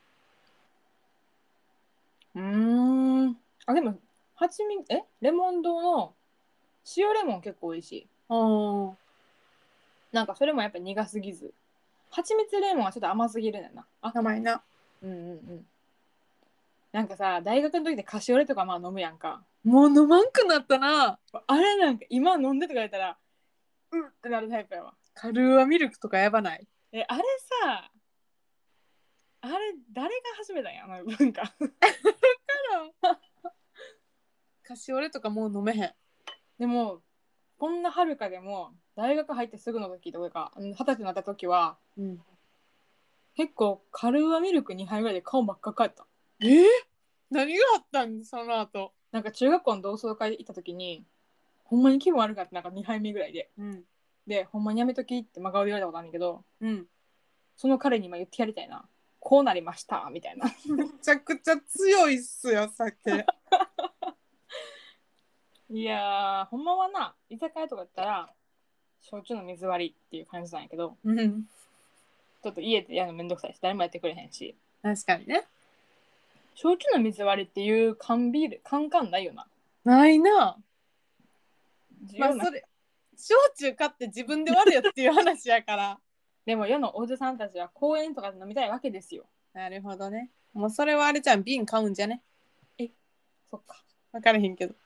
うーん。あ、でも、はちみ、えレモン堂の塩レモン結構美味しい。 ああ。 なんかそれもやっぱ苦すぎず。蜂蜜レモンはちょっと甘すぎるねんな。あ、 甘いな。 うんうんうん。なんかさ、大学の時でカシオレとかまあ飲むやんか。 もう飲まんくなったな。 あれなんか今飲んでとか言ったら、うんってなるタイプやわ。 カルーアミルクとかやばない？ え、あれさ、あれ誰が始めたんや、あの文化。 カシオレとかもう飲めへん。 でも、こんなはるかでも大学入ってすぐの時とか二十歳になった時は、 うん、 結構カルーアミルクにはいぐらいで顔真っ赤っかやった。 えー、何があったんその後。 なんか中学校の同窓会行った時にほんまに気分悪かった。なんかにはいめぐらいで、 うん、 でほんまにやめときって真顔で言われたことあるんだけど、 うん、 その彼に今言ってやりたいな、こうなりましたみたいな。 めちゃくちゃ強いっすよ酒。 いやーほんまはな居酒屋とかやったら焼酎の水割りっていう感じなんやけど、 うん、 ちょっと家でやるのめんどくさいし誰もやってくれへんし、 確かにね。 焼酎の水割りっていう缶ビールカンカンないよな。 ないな。まあなそれ焼酎買って自分で割るよっていう話やから。 でも世のおじさんたちは公園とかで飲みたいわけですよ。 なるほどね。もうそれはあれじゃん、瓶買うんじゃね。 え、そっか。 分からへんけど。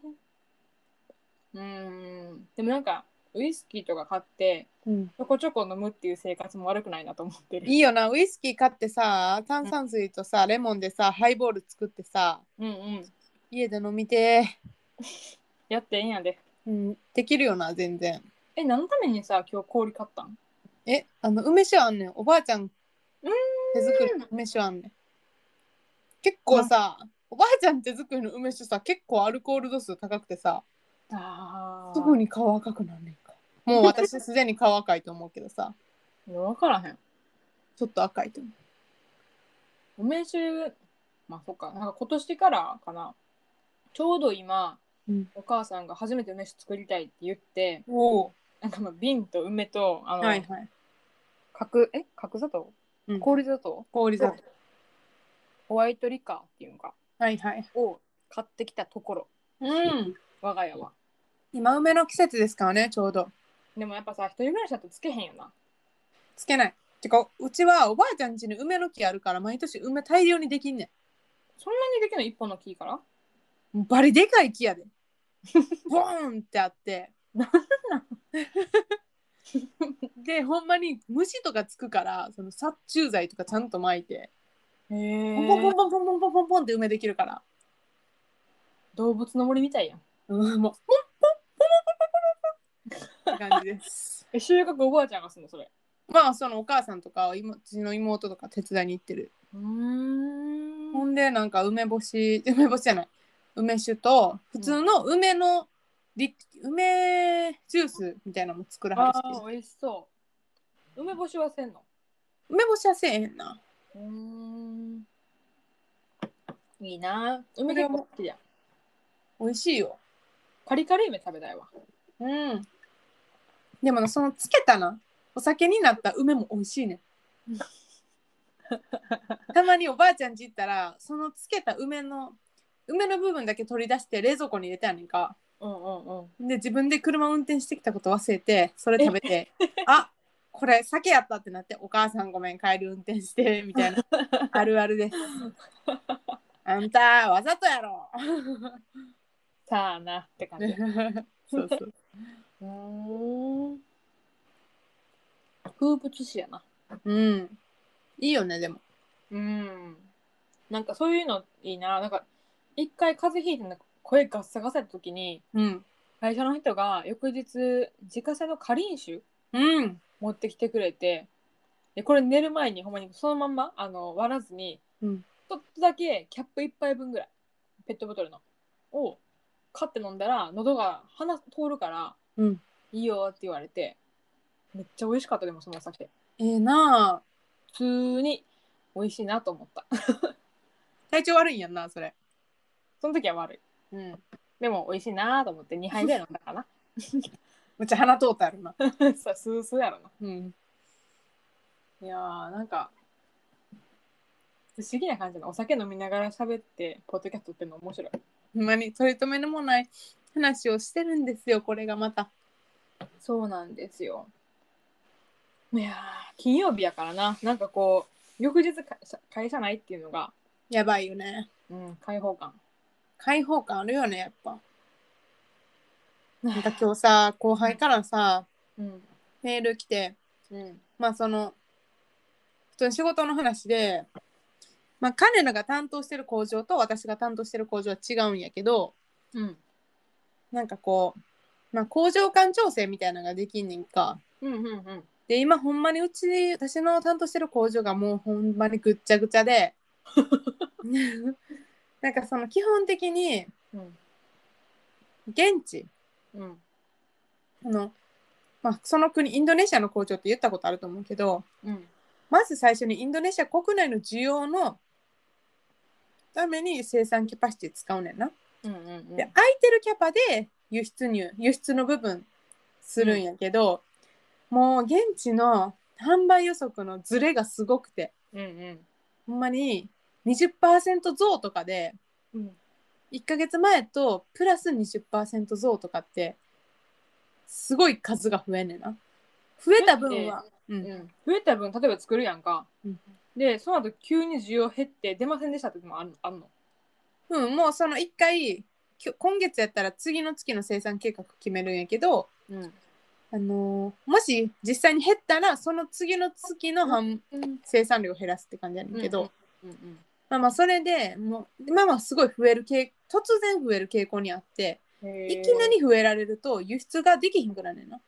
うーん。でもなんかウイスキーとか買ってうん、 ちょこちょこ飲むっていう生活も悪くないなと思ってる。 いいよな。ウイスキー買ってさ、炭酸水とさ、レモンでさ、ハイボール作ってさ、 うんうん。 家で飲みてやってええんやで。 ー。うん、できるよな、全然。 え、何のためにさ今日氷買ったん？ え、あの、梅酒あんねん。おばあちゃんう手作りの梅酒あんねん。結構さ、おばあちゃん手作りの梅酒さ、結構アルコール度数高くてさ、 ーん。あすぐに顔赤くなんねんか。もう私すでに顔赤いと思うけどさ、 あ。分からへん。 ちょっと赤いと思梅酒、まあそっか。なんか今年からかな。ちょうど今、 う。うん、 お母さんが初めて梅酒作りたいって言って、 おお。 なんかまあ瓶と梅と、あの、 はいはい。 角、え角砂糖、 うん、 氷砂糖氷砂糖。 ホワイトリカーっていうのかはいはい。 を買ってきたところ、 うん。 我が家は。 今梅の季節ですからね、ちょうど。 でもやっぱさ、一人暮らしだとつけへんよな。 つけない。てか、うちはおばあちゃん家に梅の木あるから、毎年梅大量にできんねそんなにできるの一本の木から？ ん。バリでかい木やで。ボーンってあって。 なんなんで、ほんまに虫とかつくから、その殺虫剤とかちゃんと巻いて、 へポンポンポえ。 ンポンポンポンポンポンポンって梅できるから。 動物の森みたいやん。 うん、もう、ポンポンポンって感じです。 え、収穫おばあちゃんがするのそれ？ まあ、そのお母さんとか、うちの妹とか手伝いに行ってる。 うーん。 ほんで、なんか梅干し、梅干しじゃない、梅酒と、普通の梅の、リ梅ジュースみたいなのも作らはるし。 ああ、美味しそう。梅干しはせんの？ 梅干しはせえへんな。 うーん。いいな。梅結それはも構好きだよ。 う美味しいよ。カカリカリ梅食べたいわ。 うん。でもな、そのつけたな、お酒になった梅も美味しいね。たまにおばあちゃん家行ったら、そのつけた梅の、梅の部分だけ取り出して冷蔵庫に入れてあんねんか。 うんうんうん。 で、自分で車運転してきたこと忘れて、それ食べて、あ、これ酒やったってなって、お母さんごめん、帰り運転して、みたいな。あるあるです。あんた、わざとやろ。 さあなって感じ。 そうそう。 うーん。風物詩やな。 うん。いいよね、でも。 うん。なんかそういうのいいな。なんか一回風邪ひいてなんか声ガッサガサやった時に、 うん。 会社の人が翌日自家製のカリン酒うん。 持ってきてくれて、でこれ寝る前にほんまにそのまんまあの割らずにうん。 ちょっとだけキャップ一杯分ぐらいペットボトルのを買って飲んだら喉が鼻通るからうん。 いいよって言われて、めっちゃ美味しかった。でもそのお酒ええなあ。 普通に美味しいなと思った。 体調悪いんやんな、それ。 その時は悪い。 うん。 でも美味しいなと思ってにはいぐらい飲んだかな。 めっちゃ鼻通ってあるな。 さスースーやろな。 うん。 いやーなんか不思議な感じのお酒飲みながら喋ってポッドキャストっての面白い。 ほんまに取り留めのもない話をしてるんですよ、これがまた。 そうなんですよ。いやー金曜日やからな。なんかこう翌日会社会社ないっていうのが、 やばいよね。 うん、開放感。 開放感あるよね、やっぱ。なんか今日さ、後輩からさ、 うん。 メール来て、 うん。 まあその、普通に仕事の話で、まあ彼らが担当してる工場と私が担当してる工場は違うんやけど、 うん。 なんかこう、 まあ、工場間調整みたいなのができんねんか。 うんうんうん。 で今ほんまにうち私の担当してる工場がもうほんまにぐっちゃぐちゃでなんかその基本的に現地、 うん、 あのまあ、その国インドネシアの工場って言ったことあると思うけど、 うん、 まず最初にインドネシア国内の需要のために生産キャパシティ使うねんな。 うんうんうん、 で空いてるキャパで輸出入輸出の部分するんやけど、うん、もう現地の販売予測のズレがすごくて、 うんうん、 ほんまに にじゅっパーセント 増とかで、うん、いっかげつまえとプラス にじゅっパーセント 増とかってすごい数が増えんねんな。増えた分は、 うんうん、増えた分例えば作るやんか、うん、でその後急に需要減って出ませんでしたってもあるあんの？ うん、もうそのいっかい今月やったら次の月の生産計画決めるんやけど、うん、あのー、もし実際に減ったらその次の月の半、うん、生産量を減らすって感じやねんけど、うんうんうんうん、まあまあそれでもう今はすごい増える傾突然増える傾向にあって、いきなり増えられると輸出ができひんくなるねんな。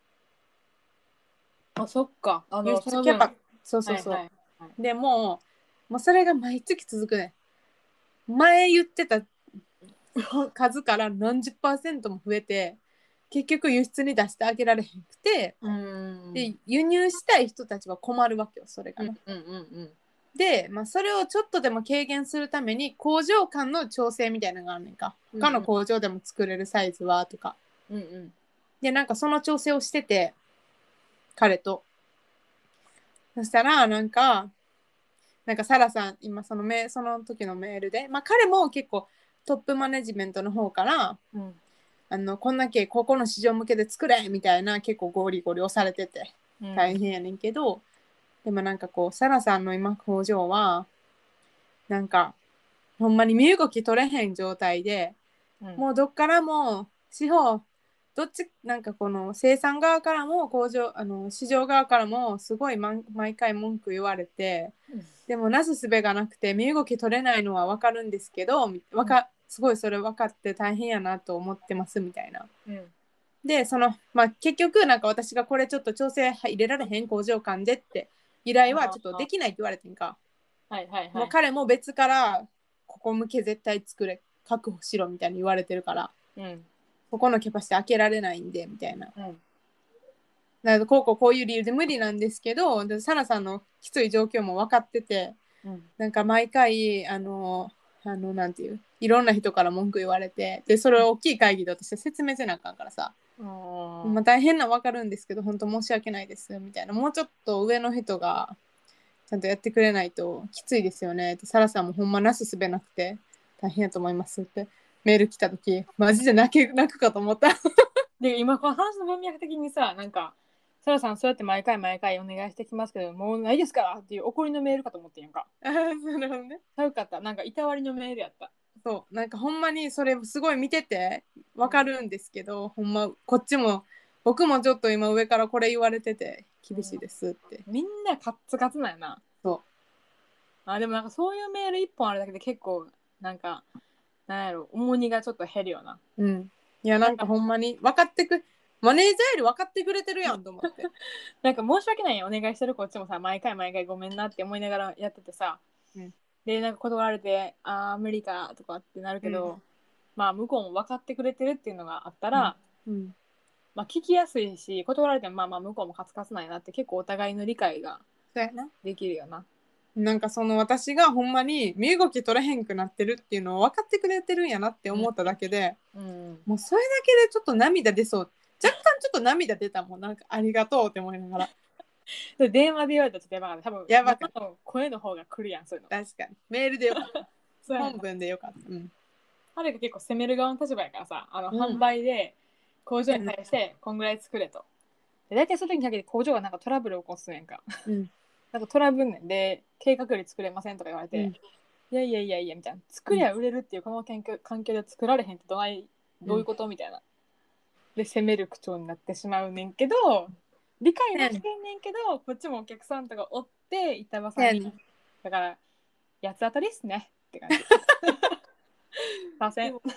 あ、そっか。あの輸出キャパ、そうそうそう。はいはいはい、でもう、もうそれが毎月続くね。前言ってた数から何十パーセントも増えて、結局輸出に出してあげられへんくて、うんで輸入したい人たちは困るわけよ、それがな。うんうんうんうん、で、まあ、それをちょっとでも軽減するために工場間の調整みたいなのがあるねんか。他の工場でも作れるサイズはとか。うんうん、でなんかその調整をしてて彼と。そしたらなんかなんかサラさん今そのメその時のメールで、まあ、彼も結構トップマネジメントの方から、うん、あのこんだけここの市場向けで作れみたいな結構ゴリゴリ押されてて大変やねんけど、うん、でもなんかこうサラさんの今工場はなんかほんまに身動き取れへん状態で、うん、もうどっからも司法どっちなんかこの生産側からも工場あの市場側からもすごい毎回文句言われて、うん、でもなすすべがなくて身動き取れないのは分かるんですけどわかすごいそれ分かって大変やなと思ってますみたいな、うん、でその、まあ、結局なんか私がこれちょっと調整入れられへん工場間でって依頼はちょっとできないって言われてんか、はいはいはい、もう彼も別からここ向け絶対作れ確保しろみたいに言われてるから、うん、ここのキャパシティ開けられないんでみたいな、うん、だからこうこうこういう理由で無理なんですけどサラさんのきつい状況も分かってて、うん、なんか毎回あのあのなんていういろんな人から文句言われてでそれを大きい会議で私は説明せなあかんからさ、うん、まあ、大変な分かるんですけど本当申し訳ないですみたいなもうちょっと上の人がちゃんとやってくれないときついですよねってサラさんもほんまなすすべなくて大変やと思いますってメール来た時マジで泣け泣くかと思ったで今この話の文脈的にさなんかサラさんそうやって毎回毎回お願いしてきますけどもうないですからっていう怒りのメールかと思ってんやんか。 ああなるほどね。 ちゃうかったなんかいたわりのメールやった。 そうなんかほんまにそれすごい見ててわかるんですけど、うん、ほんまこっちも僕もちょっと今上からこれ言われてて厳しいですって、 うん、みんなカッツカツなんやな。そうあでもなんかそういうメール一本あるだけで結構なんかなんやろ重荷がちょっと減るよな。 うんいやなんかほんまに分かってくマネージャーより分かってくれてるやんと思ってなんか申し訳ないよお願いしてるこっちもさ毎回毎回ごめんなって思いながらやっててさ、うん、でなんか断られてあー無理かとかってなるけど、うん、まあ向こうも分かってくれてるっていうのがあったら、うんうん、まあ聞きやすいし断られてもまあまあ向こうもカツカツないなって結構お互いの理解ができるよな。 なんかその私がほんまに身動き取れへんくなってるっていうのを分かってくれてるんやなって思っただけで、うんうん、もうそれだけでちょっと涙出そう若干ちょっと涙出たもんなんかありがとうって思いながらで電話で言われたらちょっとやばかった多分やばかった声の方が来るやんそういうの確かにメールでよかった本文でよかった、うん、 あれが結構責める側の立場やからさあの、うん、販売で工場に対してこんぐらい作れとで大体その時にかけて工場がなんかトラブルを起こすんやんか、うんなんかトラブルねんで計画より作れませんとか言われて、うん、いやいやいやいやみたいな作りゃ売れるっていうこの環境、環境で作られへんってどないどういうこと、うん、みたいなで責める口調になってしまうねんけど理解はしてんねんけど、うん、こっちもお客さんとかおって板場さんに、うん、だから八つ当たりっすねって感じさせん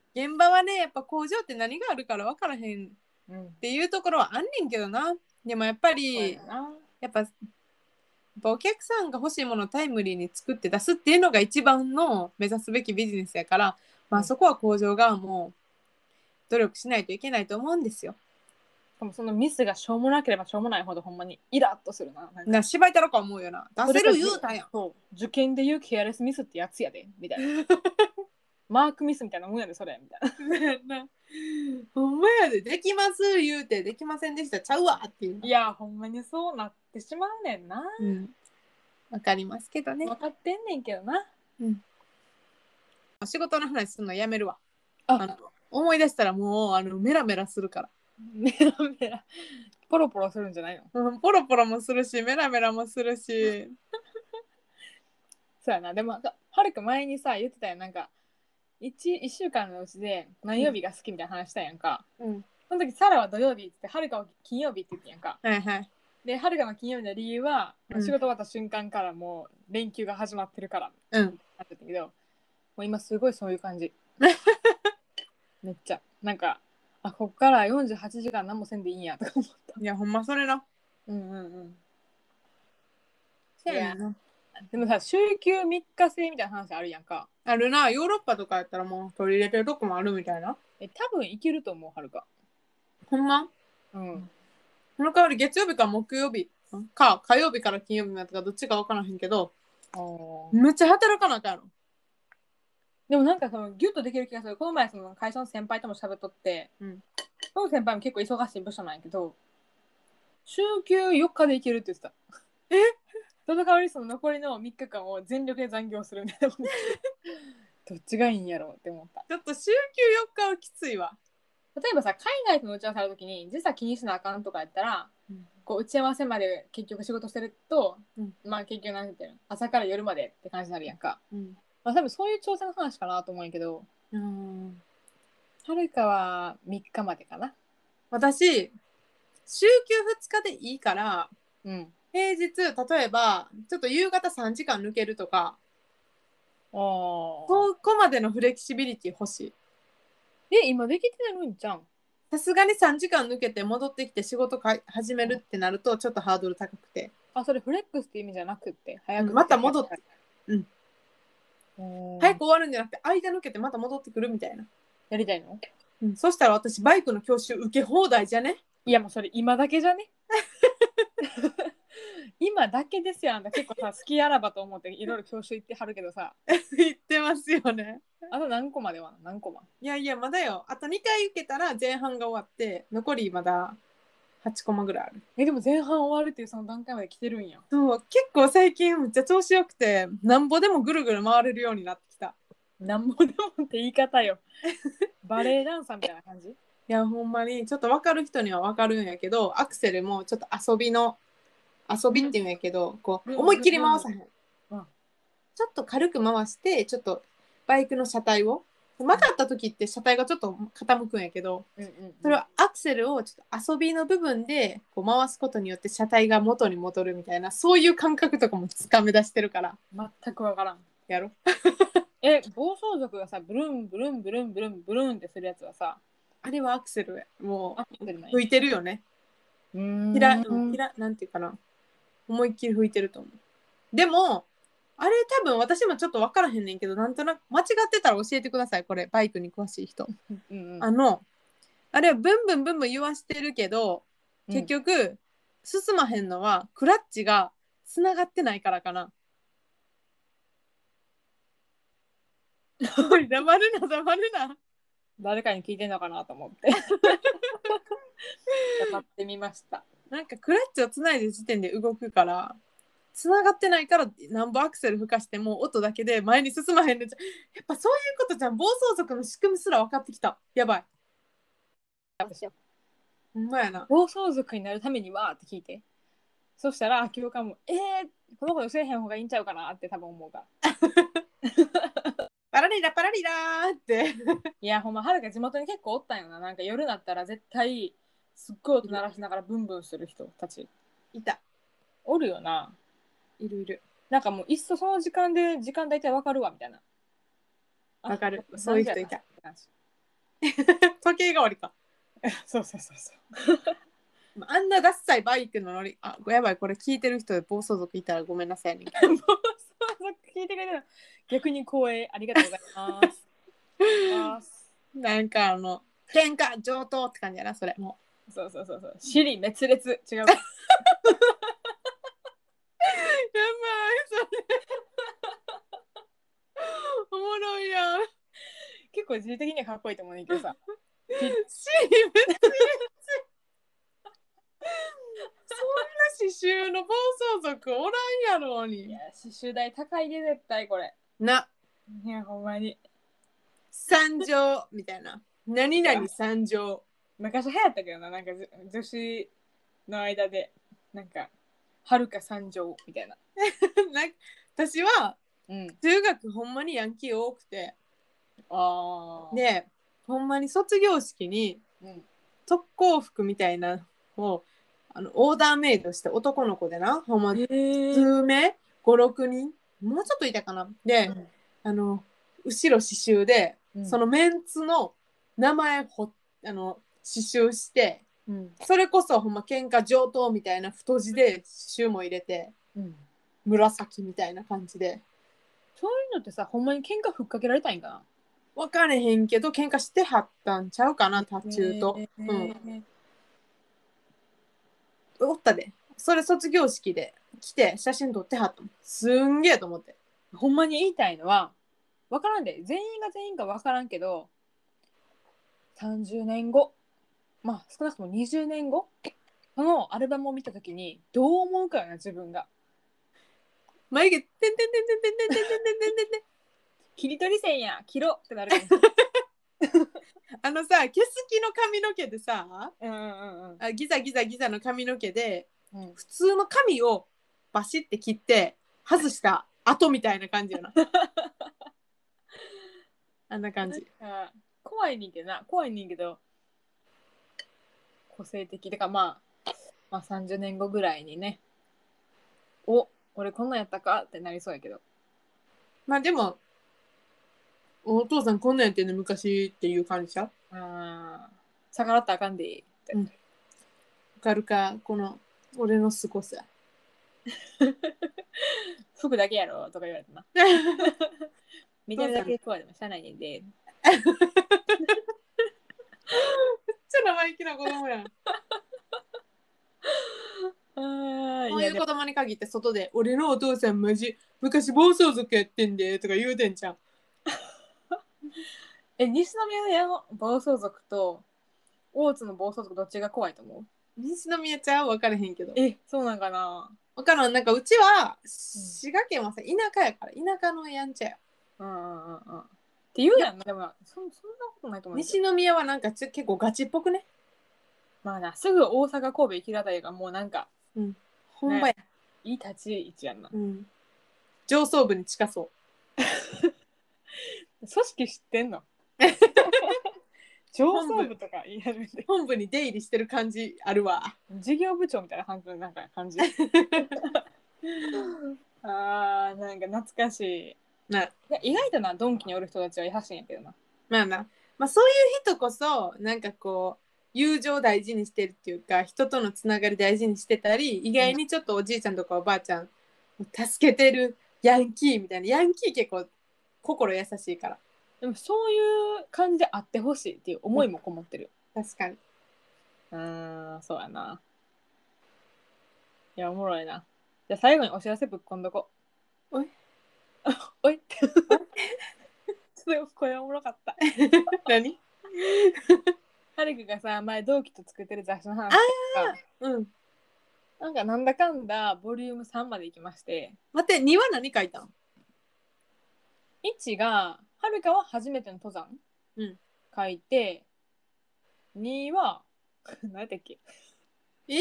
現場はねやっぱ工場って何があるから分からへんっていうところはあんねんけどな。でもやっぱりやっぱお客さんが欲しいものをタイムリーに作って出すっていうのが一番の目指すべきビジネスやから、まあ、そこは工場側も努力しないといけないと思うんですよ。 でもそのミスがしょうもなければしょうもないほどほんまにイラッとするな。なんかな芝居たろか思うよな。出せる言うたやん。 そう受験で言うケアレスミスってやつやでみたいなマークミスみたいなもんやでそれみたいなほんまやでできます言うてできませんでしたちゃうわっていう。 いやほんまにそうなってしまうねんな。 うん、わかりますけどね。 分かってんねんけどな。 うん。仕事の話するのやめるわ。 ああの思い出したらもうあのメラメラするから。 メラメラポロポロするんじゃないの、うん、ポロポロもするしメラメラもするしそうやな。でもはるか前にさ言ってたよ。なんか 1, 1週間のうちで何曜日が好きみたいな話したやんか、うん、その時サラは土曜日って言ってはるかは金曜日って言ってやんか。 はいはい。 ではるかの金曜日の理由は、うん、仕事終わった瞬間からもう連休が始まってるからうんなってたけど、もう今すごいそういう感じめっちゃなんかあこっからよんじゅうはちじかん何もせんでいいんやとか思った。 いやほんまそれな。 うんうんうんせやな。 でもさ週休みっか制みたいな話あるやんか。 あるな。ヨーロッパとかやったらもう取り入れてるとこもあるみたいな。 え多分いけると思うはるか。 ほんま。うんその代わり月曜日から木曜日か火曜日から金曜日までかどっちか分からへんけどめっちゃ働かなあかんやろ。 でもなんかそのギュッとできる気がする。この前その会社の先輩とも喋っとって、うん、その先輩も結構忙しい部署なんやけど週休よっかでいけるって言ってた。えその代わりその残りのみっかかんを全力で残業するみたいなどっちがいいんやろうって思った。 ちょっと週休よっかはきついわ。 例えばさ海外との打ち合わせあるときに実は気にしなあかんとかやったら、うん、こう打ち合わせまで結局仕事してると、うん、まあ結局なんていうの朝から夜までって感じになるやんか、うんまあ、多分そういう調整の話かなと思うんやけどうんはるかはみっかまでかな。 私週休ふつかでいいから、うん、平日例えばちょっと夕方さんじかん抜けるとかそこまでのフレキシビリティ欲しい。 え今できてるんじゃん。 さすがにさんじかん抜けて戻ってきて仕事か始めるってなるとちょっとハードル高くて。 あそれフレックスって意味じゃなくて早く、 うん、また戻ってうん早く終わるんじゃなくて間抜けてまた戻ってくるみたいな。 やりたいの？ うん、そしたら私バイクの教習受け放題じゃね？ いやもうそれ今だけじゃね今だけですよ。あんた結構さ好きあらばと思っていろいろ教習行ってはるけどさ行ってますよね。 あと何個までは何個まいやいやまだよ。あとにかい受けたら前半が終わって残りまだはちコマぐらいある。 えでも前半終わるっていうその段階まで来てるんや。 そう結構最近めっちゃ調子よくてなんぼでもぐるぐる回れるようになってきた。 なんぼでもって言い方よバレエダンサーみたいな感じ。いやほんまにちょっと分かる人には分かるんやけどアクセルもちょっと遊びの遊びっていうんやけど、うん、こう思いっきり回さへん、うんうん、ちょっと軽く回してちょっとバイクの車体を曲がった時って車体がちょっと傾くんやけど、うんうんうん、それはアクセルをちょっと遊びの部分でこう回すことによって車体が元に戻るみたいなそういう感覚とかもつかめ出してるから全く分からん。 やろえ暴走族がさブルンブルンブルンブルンブルンってするやつはさあれはアクセルやもう吹いてるよね。うーんひら、ひらなんていうかな思いっきり吹いてると思う。でもあれ多分私もちょっと分からへんねんけどなんとなく間違ってたら教えてください。これバイクに詳しい人うん、うん、あのあれはブンブンブンブン言わしてるけど結局、うん、進まへんのはクラッチがつながってないからかな。黙るな黙るな誰かに聞いてんのかなと思って黙ってみました。 なんかクラッチをつないで時点で動くからつながってないからなんぼアクセル吹かしても音だけで前に進まへんねん。やっぱそういうことじゃん。暴走族の仕組みすら分かってきた。やばい。ほんまやな。 暴走族になるためにはって聞いてそしたら秋岡もえー、この子教えへん方がいいんちゃうかなって多分思うからパラリラパラリラーっていやほんまはるか地元に結構おったんよな。なんか夜だったら絶対すっごい音鳴らしながらブンブンする人たちいた。 おるよな。 いるいる。 なんかもういっそその時間で時間大体わかるわみたいな。 わかる。そういう人いた。 時計代わりか。 そうそうそうそう。 あんなダッサいバイクの乗り、あ、やばい、これ聞いてる人で暴走族いたらごめんなさいね。 暴走族聞いてくれたら逆に光栄ありがとうございます。 なんかあの、喧嘩上等って感じやな、それもう。そうそうそうそう。尻滅裂違うか。やばいそれ。おもろいやん。 結構自己的にはかっこいいと思うんだけどさ。 尻滅裂。そんな刺繍の暴走族おらんやろに。 いや、刺繍代高いで絶対これ。 な。 いや、ほんまに。 参上みたいな。何々参上。 昔流行ったけどな、なんか女子の間で、なんか、はるか参上みたいな。 なんか私は、 うん、 中学ほんまにヤンキー多くて。 あで、ほんまに卒業式に、うん、特攻服みたいなのをあのオーダーメイドして男の子でな、ほんま数名ご、ろくにんもうちょっといたかなで、うん、あの後ろ刺繍で、うん、そのメンツの名前ほあの刺繍して、うん、それこそほんま喧嘩上等みたいな太字で刺繍も入れて、うん、紫みたいな感じで。 そういうのってさ、ほんまに喧嘩ふっかけられたいんかな。 分かれへんけど喧嘩してはったんちゃうかな、タチューと、えー、うんおったで。それ卒業式で来て写真撮ってはったもん。すんげえと思って。 ほんまに言いたいのは、分からんで、全員が全員か分からんけど、さんじゅうねんご、まあ少なくともにじゅうねんご、そのアルバムを見たときにどう思うかよな、自分が。 眉毛、てんてんてんてんてんてんてんてんてんてんてん。 切り取り線や、切ろってなるかもしれない。 あのさ、毛すきの髪の毛でさ、 うんうんうん、 あギザギザギザの髪の毛で、うん、普通の髪をバシッて切って外した後みたいな感じやな。あんな感じ。 あ、怖いねんけどな、怖いねんけど、個性的。だからまあ、まあさんじゅうねんごぐらいにね、お、俺こんなんやったかってなりそうやけど。 まあでも、お父さんこんなんやってんの昔っていう感じちゃう？ ああ、逆らったらあかんでって。わ、 うん、かるか、この俺のすごさ。 服だけやろとか言われたな。見てるだけ怖いでもしゃあないねんで。 めっちゃ生意気な子供やん。あそういう子供に限って外で俺のお父さんマジ昔暴走族やってんでとか言うてんじゃん。 え、西宮の暴走族と大津の暴走族どっちが怖いと思う？ 西宮ちゃんは分からへんけど。 え、そうなんかな。 分からん。なんかうちは滋賀県はさ田舎やから田舎のやんちゃや。 うんうんうんうん。って言うやんな。でもそそんなことないと思う。 西宮はなんかち結構ガチっぽくね。 まあな、すぐ大阪神戸行きだたりがもうなんか、 うん、ほんまや、ね、 いい立ち位置やんな、 うん、上層部に近そう。 組織知ってんの？上層部とか言い始めて本部に出入りしてる感じあるわ。 事業部長みたいな感じなんか感じ。あー、なんか懐かしいな。意外とな、ドンキにおる人たちは優しいんやけどな。 まあな、まあそういう人こそなんかこう友情を大事にしてるっていうか人とのつながり大事にしてたり、意外にちょっとおじいちゃんとかおばあちゃん助けてるヤンキーみたいな。ヤンキー結構心優しいから。 でもそういう感じであってほしいっていう思いもこもってる。 確かに。 うーん、そうやな。いや、おもろいな。じゃあ最後にお知らせぶっこんどこ。 おいおいちょっと声おもろかった。 何はるくがさ、前同期と作ってる雑誌の話とか、うん、なんかなんだかんだボリュームさんまで行きまして。 待って、には何書いたん？ いちがはるかは初めての登山、うん、書いて、には何だっけえ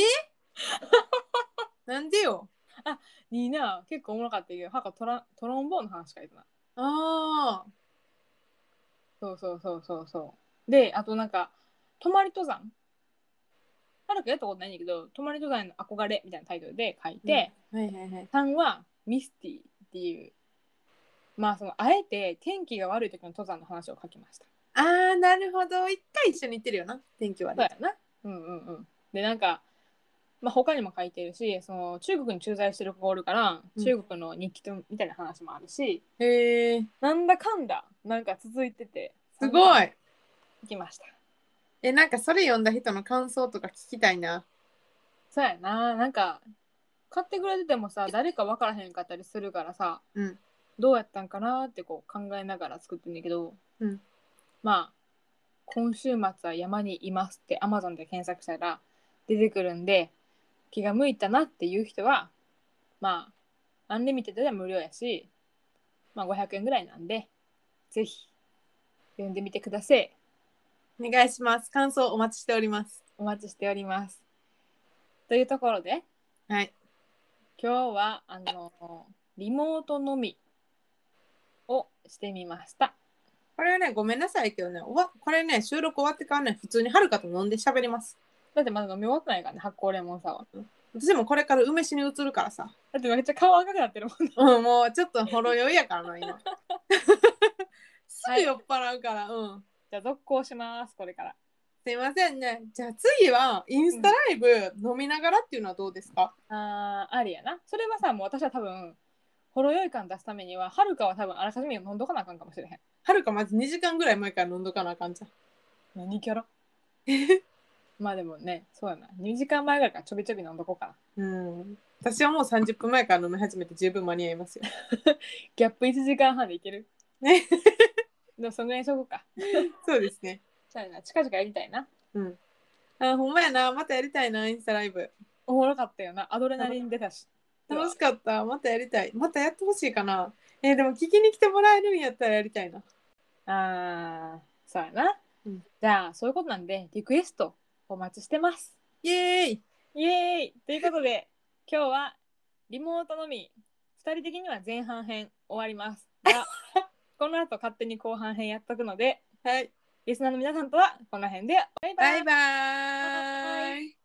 なんでよ。 あ、にな、結構おもろかったけど、はかトラトロンボーンの話書いてな。 ああ。 そうそうそうそうそう。で、あとなんか泊まり登山、はるかやったことないんだけど、泊まり登山の憧れみたいなタイトルで書いて、うんはいはいはい、さんはミスティっていう、まあそのあえて天気が悪い時の登山の話を書きました。 あー、なるほど。一回一緒に行ってるよな、天気悪い。 そうやな。うんうんうん。で、なんか、まあ、他にも書いてるし、その中国に駐在してる子がおるから、 うん中国の日記とみたいな話もあるし、 へえ、 なんだかんだ、なんか続いてて、 すごい。 行きました。 え、なんかそれ読んだ人の感想とか聞きたいな。 そうやな。なんか、買ってくれててもさ、誰か分からへんかったりするからさ、 うん。 どうやったんかなってこう考えながら作ってんだけど、 うん。 まあ、今週末は山にいますって Amazon で検索したら出てくるんで、気が向いたなっていう人は、まあ、アンリミテッドでは無料やし、まあごひゃくえんぐらいなんで、ぜひ読んでみてください。 お願いします。感想お待ちしております。 お待ちしております。というところで、 はい。 今日はあのリモート飲みをしてみました。 これはね、ごめんなさいけどね、おわこれね、収録終わってからね、普通にはるかと飲んで喋ります。 だってまだ飲み終わってないからね、発酵レモンサワー。 私もこれから梅酒に移るからさ。 だってめっちゃ顔赤くなってるもんね。 うん、もうちょっとほろ酔いやからな、今。すぐ酔っ払うから、うん。 じゃあ続行します、これから。 すいませんね。じゃあ次はインスタライブ飲みながらっていうのはどうですか？ あー、ありやな。それはさ、もう私は多分、ほろ酔い感出すためには、はるかは多分あらかじめ飲んどかなあかんかもしれへん。 はるかまずにじかんぐらい前から飲んどかなあかんじゃん。 何キャラまあでもね、そうやな。にじかんまえぐらいからちょびちょび飲んどこうかうな。 ん。私はもうさんじゅっぷんまえから飲み始めて十分間に合いますよ。 ギャップいちじかんはんでいける。 ね。 でもそのぐらいにしとこうか。 そうですね。 そうやな。近々やりたいな。 うん。あ、ほんまやな。またやりたいな、インスタライブ。 おもろかったよな。アドレナリン出たし。 楽しかった。またやりたい。またやってほしいかな。えーでも聞きに来てもらえるんやったらやりたいな。 あー、そうやな。 うん、 じゃあ、そういうことなんで、リクエストお待ちしてます。 イエーイ。 イエーイということで、今日はリモートのみ、ふたり的には前半編終わりますが、この後勝手に後半編やっとくので、 はい。 リスナーの皆さんとはこの辺でバイバイ。 バイバーイ。